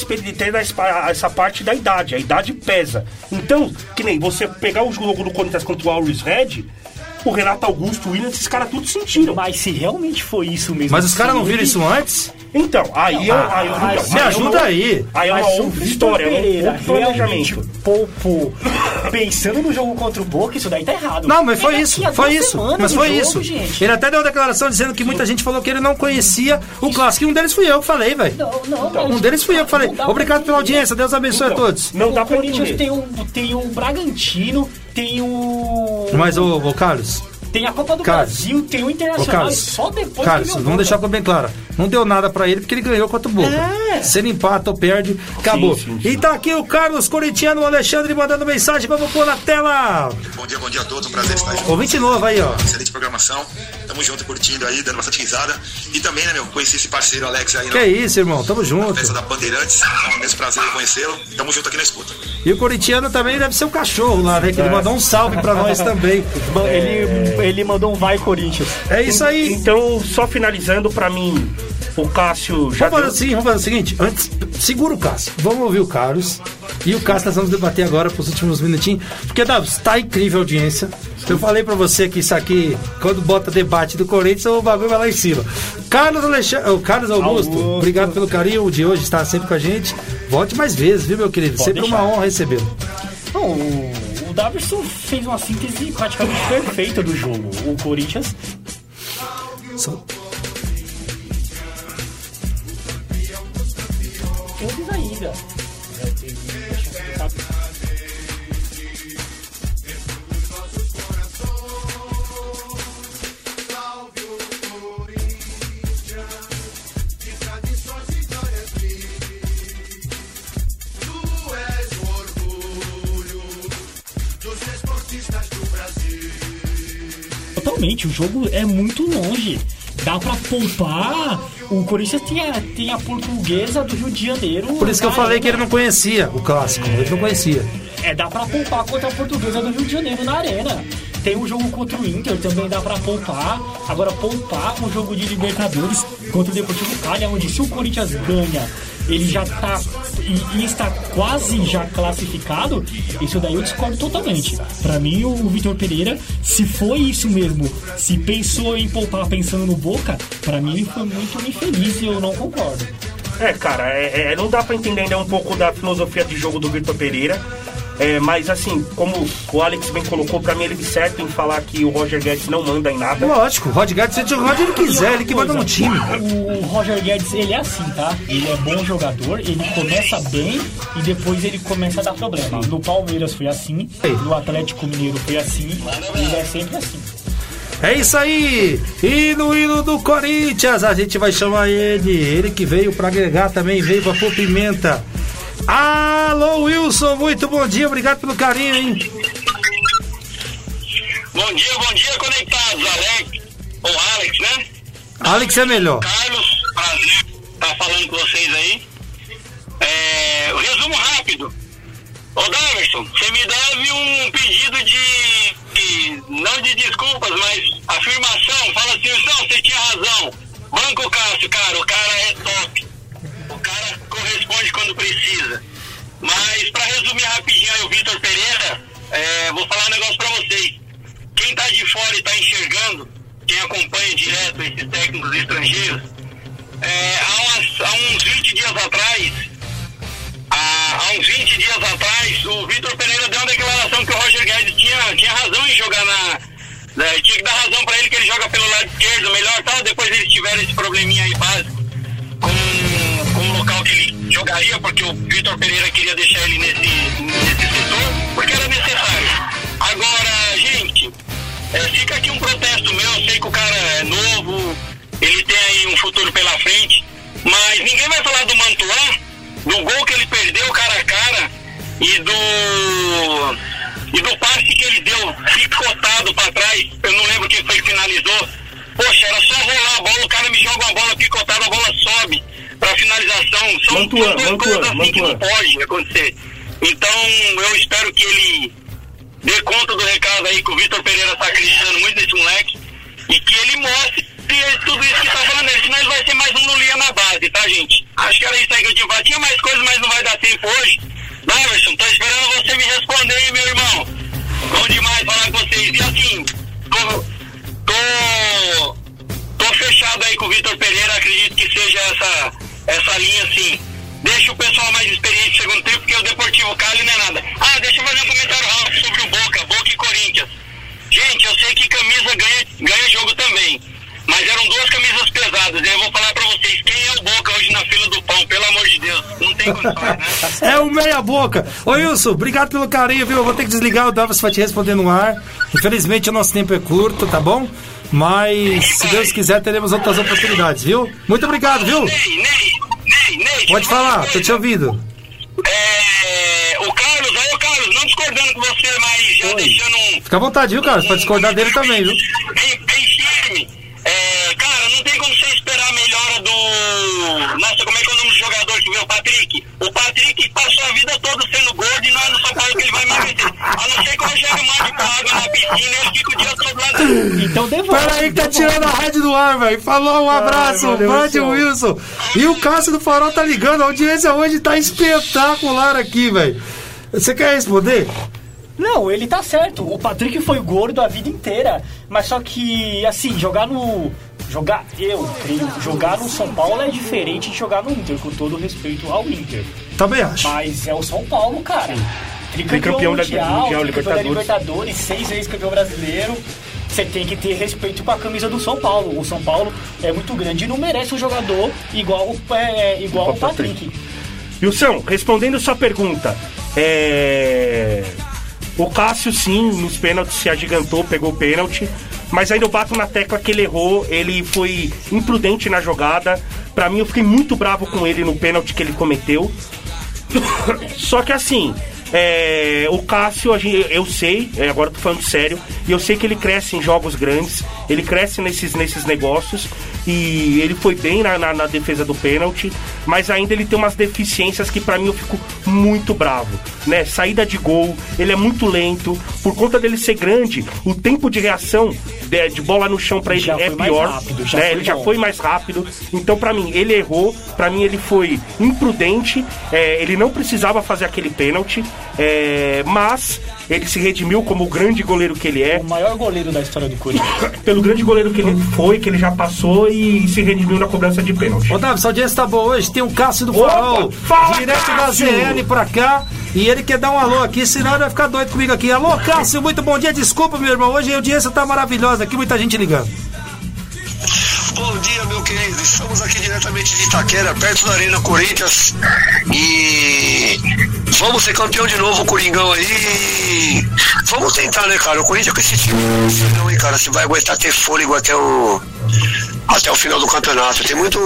essa parte da idade. A idade pesa. Então, que nem você pegar o jogo do Corinthians contra o Always Red, o Renato Augusto, o Williams, esses caras tudo sentiram. Mas se realmente foi isso mesmo... Mas os caras não viram isso antes? Então, me ajuda aí. Aí é uma outra história, Pereira, um outro planejamento. Poupou, pensando no jogo contra o Boca, isso daí tá errado. Não, mas foi isso. Gente. Ele até deu uma declaração dizendo que muita gente falou que ele não conhecia o clássico. E um deles fui eu que falei, velho. Um deles fui eu que falei. Obrigado pela audiência, Deus abençoe a todos. Não dá pra Corinthians entender. Tem o Bragantino, tem o... Mas, ô Carlos... Tem a Copa do Brasil, tem o Internacional, e só depois... Carlos, vamos deixar a coisa bem clara. Não deu nada pra ele porque ele ganhou contra o Boca. Se ele empata ou perde, acabou. Sim. E tá aqui o Carlos Corintiano, o Alexandre mandando mensagem. Vamos pôr na tela. Bom dia a todos. Um prazer estar junto. Ouvinte novo aí, ó. Excelente programação. Tamo junto, curtindo aí, dando bastante risada. E também, né, conheci esse parceiro Alex aí. Que isso, irmão. Tamo junto. Na festa da Bandeirantes. É um imenso prazer conhecê-lo. Tamo junto aqui na escuta. E o corintiano também deve ser um cachorro lá, né? Que ele mandou um salve pra nós também. Ele mandou um vai Corinthians. É isso aí. Então, só finalizando, pra mim, o Cássio já... Vamos fazer o seguinte, antes, segura o Cássio. Vamos ouvir o Carlos. E o Cássio nós vamos debater agora pros últimos minutinhos. Porque, Davi, tá incrível a audiência. Eu falei pra você que isso aqui, quando bota debate do Corinthians, o bagulho vai lá em cima. Carlos Augusto, obrigado pelo carinho de hoje, estar sempre com a gente. Volte mais vezes, viu, meu querido? Sempre uma honra recebê-lo. O Davidson fez uma síntese praticamente perfeita do jogo. O Corinthians... Todos ainda. Totalmente, o jogo é muito longe. Dá pra poupar. O Corinthians tem a Portuguesa do Rio de Janeiro. Por isso que eu falei que ele não conhecia o clássico. Ele não conhecia. Dá pra poupar contra a Portuguesa do Rio de Janeiro na Arena. Tem um jogo contra o Inter, também dá pra poupar. Agora, poupar um jogo de Libertadores contra o Deportivo Cali, onde se o Corinthians ganha, ele já tá e está quase já classificado. Isso daí eu discordo totalmente. Pra mim, o Vitor Pereira, se foi isso mesmo, se pensou em poupar pensando no Boca, pra mim ele foi muito infeliz e eu não concordo. Cara, não dá pra entender ainda um pouco da filosofia de jogo do Vitor Pereira. Mas assim, como o Alex bem colocou, pra mim ele certo em falar que o Roger Guedes não manda em nada. Lógico, o Roger Guedes, se jogar onde ele quiser, ele que manda no time. O Roger Guedes, ele é assim, tá? Ele é bom jogador, ele começa bem e depois ele começa a dar problema. No Palmeiras foi assim, no Atlético Mineiro foi assim, ele é sempre assim. É isso aí! E no hino do Corinthians, a gente vai chamar ele que veio pra agregar também, veio pra pôr pimenta. Alô, Wilson, muito bom dia, obrigado pelo carinho, hein? Bom dia, conectados, Alex, né? Alex é melhor. Carlos, prazer estar falando com vocês aí. O resumo rápido. Ô, Daverson, você me deve um pedido não de desculpas, mas afirmação. Fala assim, Wilson, você tinha razão. Banca o Cássio, cara, o cara é top. O cara corresponde quando precisa. Mas pra resumir rapidinho aí o Vitor Pereira, vou falar um negócio pra vocês. Quem tá de fora e tá enxergando, quem acompanha direto esses técnicos estrangeiros, há uns 20 dias atrás, o Vitor Pereira deu uma declaração que o Roger Guedes tinha razão em jogar tinha que dar razão pra ele que ele joga pelo lado esquerdo, melhor tal, depois eles tiveram esse probleminha aí básico com o local que ele jogaria, porque o Vitor Pereira queria deixar ele nesse setor, porque era necessário. Agora, gente, fica aqui um protesto meu, eu sei que o cara é novo, ele tem aí um futuro pela frente, mas ninguém vai falar do Mantuan, do gol que ele perdeu cara a cara e do passe que ele deu picotado pra trás. Eu não lembro quem foi que finalizou. Poxa, era só rolar a bola, o cara me joga uma bola picotada, a bola sobe pra finalização. São duas coisas assim que não pode acontecer. Então eu espero que ele dê conta do recado aí, que o Vitor Pereira tá acreditando muito nesse moleque e que ele mostre tudo isso que tá falando nele, senão ele vai ser mais um Lulinha na base, tá, gente? Acho que era isso aí que eu tinha. Tinha mais coisas, mas não vai dar tempo hoje. Daverson, tô esperando você me responder aí, meu irmão. Bom demais falar com vocês. E assim, tô fechado aí com o Vitor Pereira, acredito que seja essa linha assim. Deixa o pessoal mais experiente no segundo tempo, porque o Deportivo Cali não é nada. Deixa eu fazer um comentário rápido sobre o Boca e Corinthians. Gente, eu sei que camisa ganha jogo também, mas eram duas camisas pesadas. E eu vou falar pra vocês, quem é o Boca hoje na fila do pão, pelo amor de Deus, não tem condições, né? É o meia boca. Ô Wilson, obrigado pelo carinho, viu? Eu vou ter que desligar, o Davis vai te responder no ar. Infelizmente o nosso tempo é curto, tá bom? Mas se Deus quiser, teremos outras oportunidades, viu? Muito obrigado, viu? Ney, pode falar, tô te ouvindo. O Carlos, não discordando com você, mas já deixando um... Fica à vontade, viu, Carlos? Pode discordar dele também, viu? Bem firme. Cara, não tem como você esperar a melhora do... Nossa, como é que é o nome do jogador que veio? O Patrick. O Patrick passou a vida toda sendo gordo e não é no São Paulo que ele vai emagrecer. A não ser que o Rogério mande com água na piscina e ele fica o dia todo lá dentro. Então devolve. Pera aí que tá tirando a rádio do ar, velho. Falou, um abraço, Bande Wilson. E o Cássio do Farol tá ligando, a audiência hoje tá espetacular aqui, velho. Você quer responder? Não, ele tá certo. O Patrick foi gordo a vida inteira. Mas só que, assim, jogar no São Paulo é diferente de jogar no Inter, com todo respeito ao Inter. Também acho. Mas é o São Paulo, cara. Tricampeão mundial, da Libertadores, 6 vezes campeão brasileiro. Você tem que ter respeito com a camisa do São Paulo. O São Paulo é muito grande e não merece um jogador igual o Patrick. Wilson, respondendo sua pergunta, o Cássio sim, nos pênaltis se agigantou, pegou o pênalti, mas ainda eu bato na tecla que ele errou, ele foi imprudente na jogada. Pra mim, eu fiquei muito bravo com ele no pênalti que ele cometeu. Só que assim, o Cássio, eu sei, agora eu tô falando sério, e eu sei que ele cresce em jogos grandes, ele cresce nesses negócios, e ele foi bem na defesa do pênalti, mas ainda ele tem umas deficiências que pra mim eu fico muito bravo, né? Saída de gol, ele é muito lento, por conta dele ser grande, o tempo de reação de bola no chão pra ele é pior, rápido, ele já foi mais rápido. Então pra mim, ele errou, pra mim ele foi imprudente, ele não precisava fazer aquele pênalti, mas ele se redimiu como o grande goleiro que ele é. O maior goleiro da história do Corinthians. Pelo grande goleiro que ele foi, que ele já passou e se redimiu na cobrança de pênalti. Ô Davi, sua audiência tá boa hoje, tem o Cássio do Farol, direto Cássio da ZN pra cá, e ele quer dar um alô aqui, senão ele vai ficar doido comigo aqui. Alô, Cássio, muito bom dia, desculpa, meu irmão, hoje a audiência tá maravilhosa aqui, muita gente ligando. Bom dia, meu querido. Estamos aqui diretamente de Itaquera, perto da Arena Corinthians. E vamos ser campeão de novo, o Coringão aí. Vamos tentar, né, cara? O Corinthians com esse time não, hein, cara? Você vai aguentar ter fôlego até o final do campeonato. Tem muito...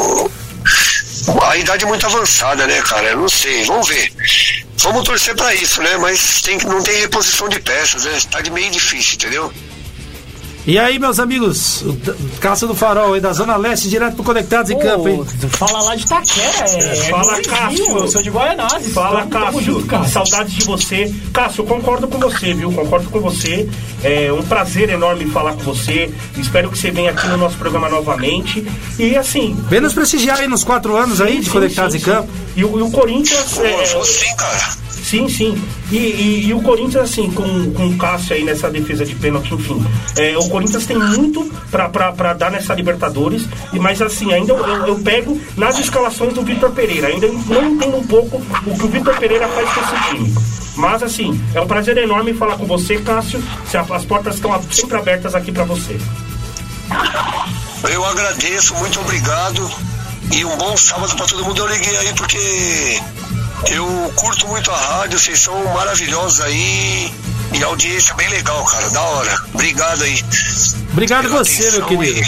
A idade é muito avançada, né, cara? Eu não sei, vamos ver. Vamos torcer pra isso, né? Mas não tem reposição de peças, né? Tá meio difícil, entendeu? E aí, meus amigos, o Cássio do Farol aí da Zona Leste, direto pro Conectados em Campo, hein? Fala lá de Itaquera, fala, Cássio. Eu sou de Guaianazes. Fala, Cássio. Saudades de você. Cássio, eu concordo com você, viu? Concordo com você. É um prazer enorme falar com você. Espero que você venha aqui no nosso programa novamente. E assim... Vem nos prestigiar aí nos 4 anos aí de Conectados em Campo. E o Corinthians... Sim, cara. Sim. E o Corinthians, assim, com o Cássio aí nessa defesa de pênalti, enfim. O Corinthians tem muito pra dar nessa Libertadores, mas assim, ainda eu pego nas escalações do Vitor Pereira. Ainda não entendo um pouco o que o Vitor Pereira faz com esse time. Mas assim, é um prazer enorme falar com você, Cássio. As portas estão sempre abertas aqui pra você. Eu agradeço, muito obrigado. E um bom sábado pra todo mundo. Eu liguei aí porque eu curto muito a rádio, vocês são maravilhosos aí. E a audiência bem legal, cara, da hora. Obrigado aí. Obrigado você, meu querido.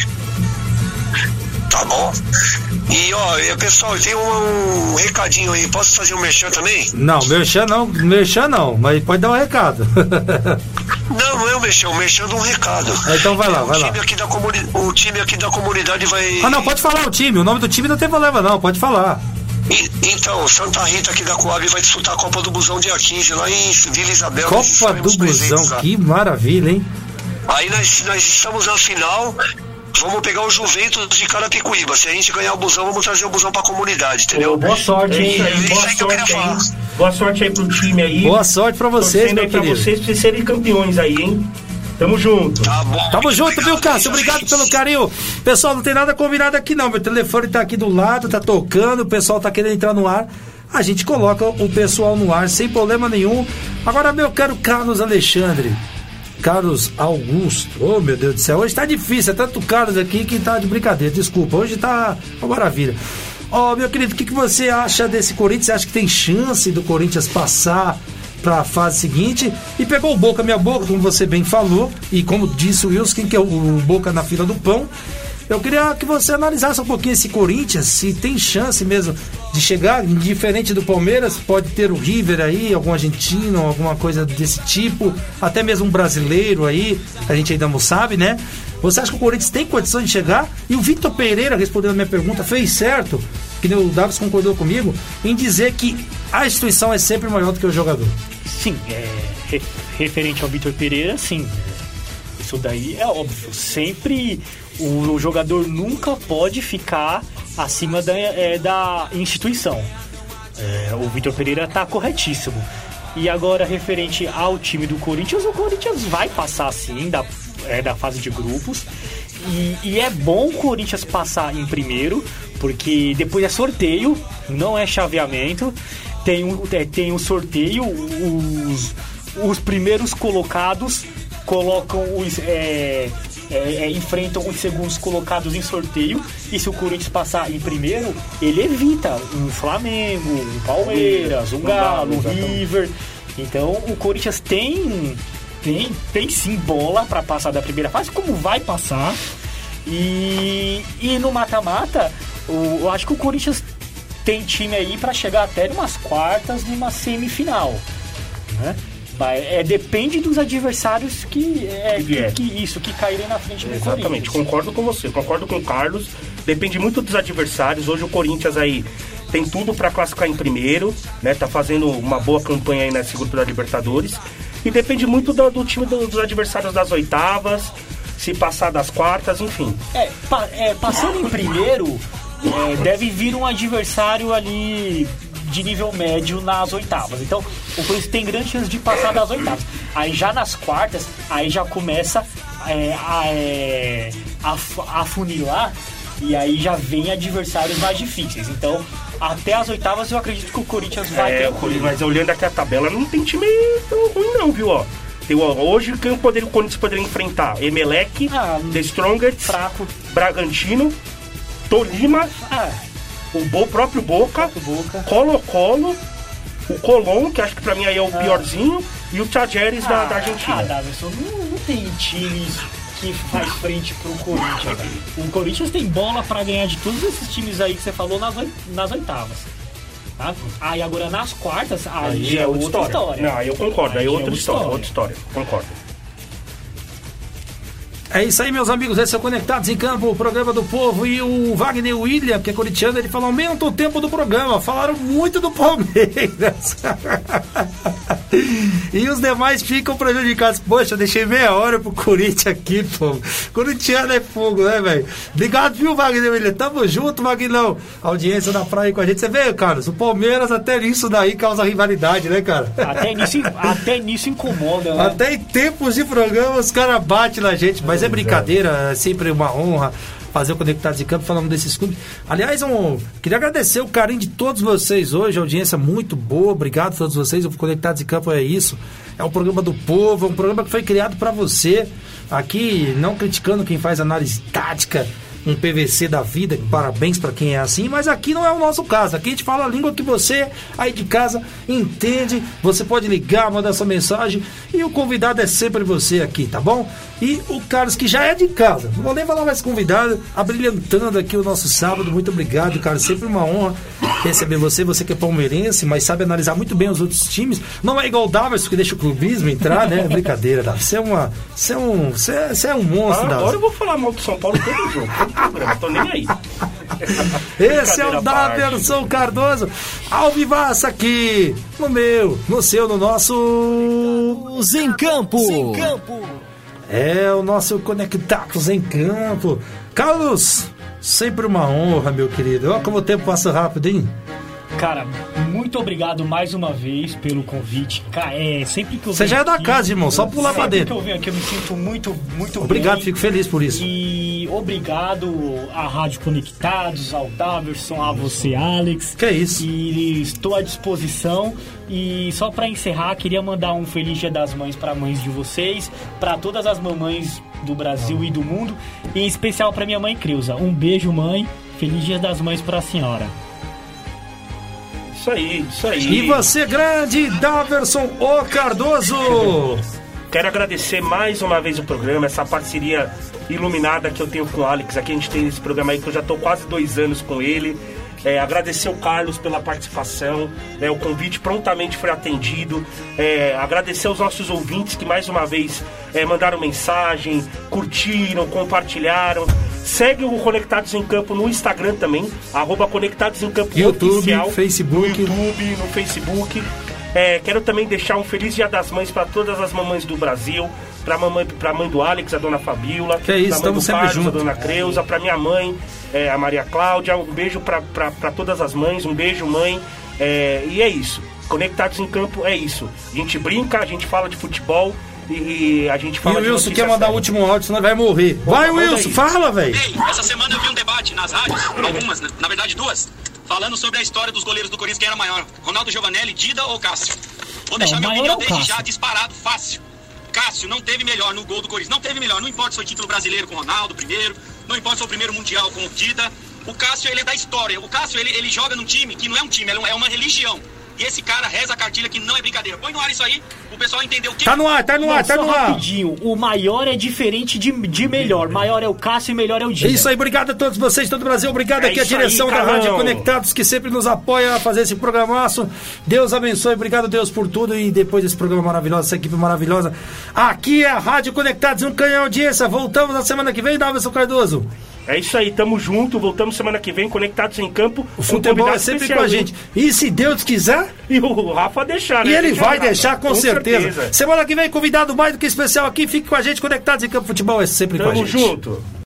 Tá bom. E ó, pessoal, tem um recadinho aí. Posso fazer um merchan também? Não, merchan não, mas pode dar um recado. Não é um merchan de um recado. Então vai lá, vai lá. O time aqui da comunidade vai... Ah, não, pode falar o time. O nome do time não tem problema não, pode falar. Então, Santa Rita aqui da Coab vai disputar a Copa do Busão dia 15 lá em Vila Isabel. Copa do Busão, que maravilha, hein? Aí nós estamos na final. Vamos pegar o Juventus de Carapicuíba. Se a gente ganhar o busão, vamos trazer o busão pra comunidade, entendeu? Boa sorte, hein? Boa sorte aí pro time aí. Boa sorte pra vocês, meu querido. Pra vocês serem campeões aí, hein? Tamo junto. Tá bom. Tamo junto, viu, Cássio? Obrigado pelo carinho. Pessoal, não tem nada combinado aqui não. Meu telefone tá aqui do lado, tá tocando, o pessoal tá querendo entrar no ar. A gente coloca o pessoal no ar sem problema nenhum. Agora, meu caro Carlos Alexandre, Carlos Augusto, oh meu Deus do céu, hoje tá difícil, é tanto Carlos aqui que tá de brincadeira, desculpa, hoje tá uma maravilha. Ó, meu querido, o que você acha desse Corinthians? Você acha que tem chance do Corinthians passar para a fase seguinte? E pegou o Boca, minha boca, como você bem falou, e como disse o Wilson, quem que é o Boca na fila do pão. Eu queria que você analisasse um pouquinho esse Corinthians, se tem chance mesmo de chegar, diferente do Palmeiras, pode ter o River aí, algum argentino, alguma coisa desse tipo, até mesmo um brasileiro aí, a gente ainda não sabe, né? Você acha que o Corinthians tem condições de chegar? E o Vitor Pereira, respondendo a minha pergunta, fez certo, que o Davis concordou comigo, em dizer que a instituição é sempre maior do que o jogador. Sim, referente ao Vitor Pereira, sim. Isso daí é óbvio. Sempre o jogador nunca pode ficar acima da instituição. O Vitor Pereira está corretíssimo. E agora, referente ao time do Corinthians, o Corinthians vai passar sim da fase de grupos. E é bom o Corinthians passar em primeiro, porque depois é sorteio, não é chaveamento. Tem um sorteio, os primeiros colocados colocam enfrentam os segundos colocados em sorteio, e se o Corinthians passar em primeiro, ele evita um Flamengo, um Palmeiras, um Galo, um River. Então o Corinthians tem sim bola para passar da primeira fase, como vai passar. E no mata-mata, eu acho que o Corinthians tem time aí para chegar até umas quartas, numa semifinal, né? Depende dos adversários que caírem na frente do Corinthians. Exatamente, concordo com você, concordo com o Carlos. Depende muito dos adversários. Hoje o Corinthians aí tem tudo para classificar em primeiro, né? Tá fazendo uma boa campanha aí nesse grupo da Libertadores. E depende muito do time dos adversários das oitavas, se passar das quartas, enfim. Passando em primeiro, deve vir um adversário ali de nível médio nas oitavas. Então, o Corinthians tem grande chance de passar das oitavas. Aí já nas quartas, aí já começa a funilar, e aí já vem adversários mais difíceis. Então, até as oitavas eu acredito que o Corinthians vai ter. Mas olhando aqui a tabela, não tem time tão ruim não, viu? Hoje o Corinthians poderia enfrentar Emelec, The Strongest, fraco, Bragantino, Tolima, o próprio Boca, Colo-Colo, o Colón, que acho que pra mim aí é o piorzinho, e o Tajeres da Argentina. Davidson, não tem times que faz frente pro Corinthians. O Corinthians tem bola pra ganhar de todos esses times aí que você falou nas oitavas. Tá? E agora nas quartas, aí é outra história. Não, aí eu concordo, aí é outra história, concordo. É isso aí, meus amigos, esse é o Conectados em Campo, o programa do povo. E o Wagner William, que é corintiano, ele falou: aumenta o tempo do programa. Falaram muito do Palmeiras. E os demais ficam prejudicados. Poxa, eu deixei meia hora pro Corinthians aqui, pô. Corintiano é fogo, né, velho? Obrigado, viu, Wagner William? Tamo junto, Maguilão. Audiência da praia com a gente. Você vê, Carlos, o Palmeiras até nisso daí causa rivalidade, né, cara? Até nisso incomoda, né? Até em tempos de programa os caras batem na gente, mas é brincadeira, é sempre uma honra fazer o Conectados em Campo falando desses clubes. Aliás, queria agradecer o carinho de todos vocês hoje, audiência muito boa, obrigado a todos vocês. O Conectados em Campo é isso, é um programa do povo, é um programa que foi criado para você, aqui não criticando quem faz análise tática um PVC da vida, parabéns pra quem é assim, mas aqui não é o nosso caso. Aqui a gente fala a língua que você aí de casa entende. Você pode ligar, mandar sua mensagem e o convidado é sempre você aqui, tá bom? E o Carlos, que já é de casa, não vou nem falar mais convidado, abrilhantando aqui o nosso sábado. Muito obrigado, Carlos, sempre uma honra receber você que é palmeirense, mas sabe analisar muito bem os outros times. Não é igual o Davos, que deixa o clubismo entrar, né? Brincadeira, Davos. Você é um monstro, Davos. Agora eu vou falar mal do São Paulo todo jogo, todo programa, tô nem aí. Esse é o Daverson Cardoso, ao vivaço aqui, no seu, no nosso Em Campo. É o nosso Conectados em Campo. Carlos, sempre uma honra, meu querido. Olha como o tempo passa rápido, hein? Cara, muito obrigado mais uma vez pelo convite. Sempre que eu Você já é da casa, irmão, só pular pra dentro. Sempre que eu venho aqui eu me sinto muito obrigado, bem. Fico feliz por isso. E obrigado à Rádio Conectados, ao Daverson, a você, Alex. Que é isso. E estou à disposição. E só pra encerrar, queria mandar um Feliz Dia das Mães pra mães de vocês, pra todas as mamães do Brasil e do mundo, e em especial pra minha mãe Creuza. Um beijo, mãe. Feliz Dia das Mães pra senhora. Isso aí. E você, grande Daverson O Cardoso. Quero agradecer mais uma vez o programa, essa parceria iluminada que eu tenho com o Alex. Aqui a gente tem esse programa aí que eu já estou quase 2 anos com ele. Agradecer o Carlos pela participação, o convite prontamente foi atendido. Agradecer aos nossos ouvintes que mais uma vez mandaram mensagem, curtiram, compartilharam. Segue o Conectados em Campo no Instagram também, @Conectados em Campo YouTube, oficial, Facebook. no YouTube, no Facebook. Quero também deixar um Feliz Dia das Mães para todas as mamães do Brasil, pra mãe do Alex, a dona Fabiola, que é isso, pra mãe do Carlos, junto. a dona Creuza, pra minha mãe, a Maria Cláudia. Um beijo pra todas as mães, um beijo, mãe. E é isso, Conectados em Campo é isso. A gente brinca, a gente fala de futebol e a gente fala de notícias. E o Wilson quer mandar o último áudio, senão ele vai morrer. Vai, Wilson, fala, velho. Essa semana eu vi um debate nas rádios, algumas, na verdade 2, falando sobre a história dos goleiros do Corinthians, quem era maior, Ronaldo Giovanelli, Dida ou Cássio. Vou deixar minha opinião desde já disparado, fácil. Cássio não teve melhor no gol do Corinthians, não teve melhor, não importa se foi título brasileiro com o Ronaldo primeiro, não importa se foi o primeiro mundial com o Dida. O Cássio, ele é da história. O Cássio, ele joga num time que não é um time, é uma religião. E esse cara reza a cartilha que não é brincadeira. Põe no ar isso aí, o pessoal entender o que... Tá no ar. Rapidinho, o maior é diferente de melhor. Maior é o Cássio e melhor é o Dida. É isso aí, obrigado a todos vocês, todo o Brasil. Obrigado aqui a direção da Rádio Conectados, que sempre nos apoia a fazer esse programaço. Deus abençoe, obrigado Deus por tudo. E depois desse programa maravilhoso, essa equipe maravilhosa, aqui é a Rádio Conectados, um canhão de audiência. Voltamos na semana que vem, Daverson Cardoso. É isso aí, tamo junto, voltamos semana que vem, Conectados em Campo. O futebol é sempre com a gente. E se Deus quiser... E o Rafa deixar, né? E ele vai deixar, com certeza. Semana que vem, convidado mais do que especial aqui. Fique com a gente, Conectados em Campo. Futebol é sempre com a gente. Tamo junto.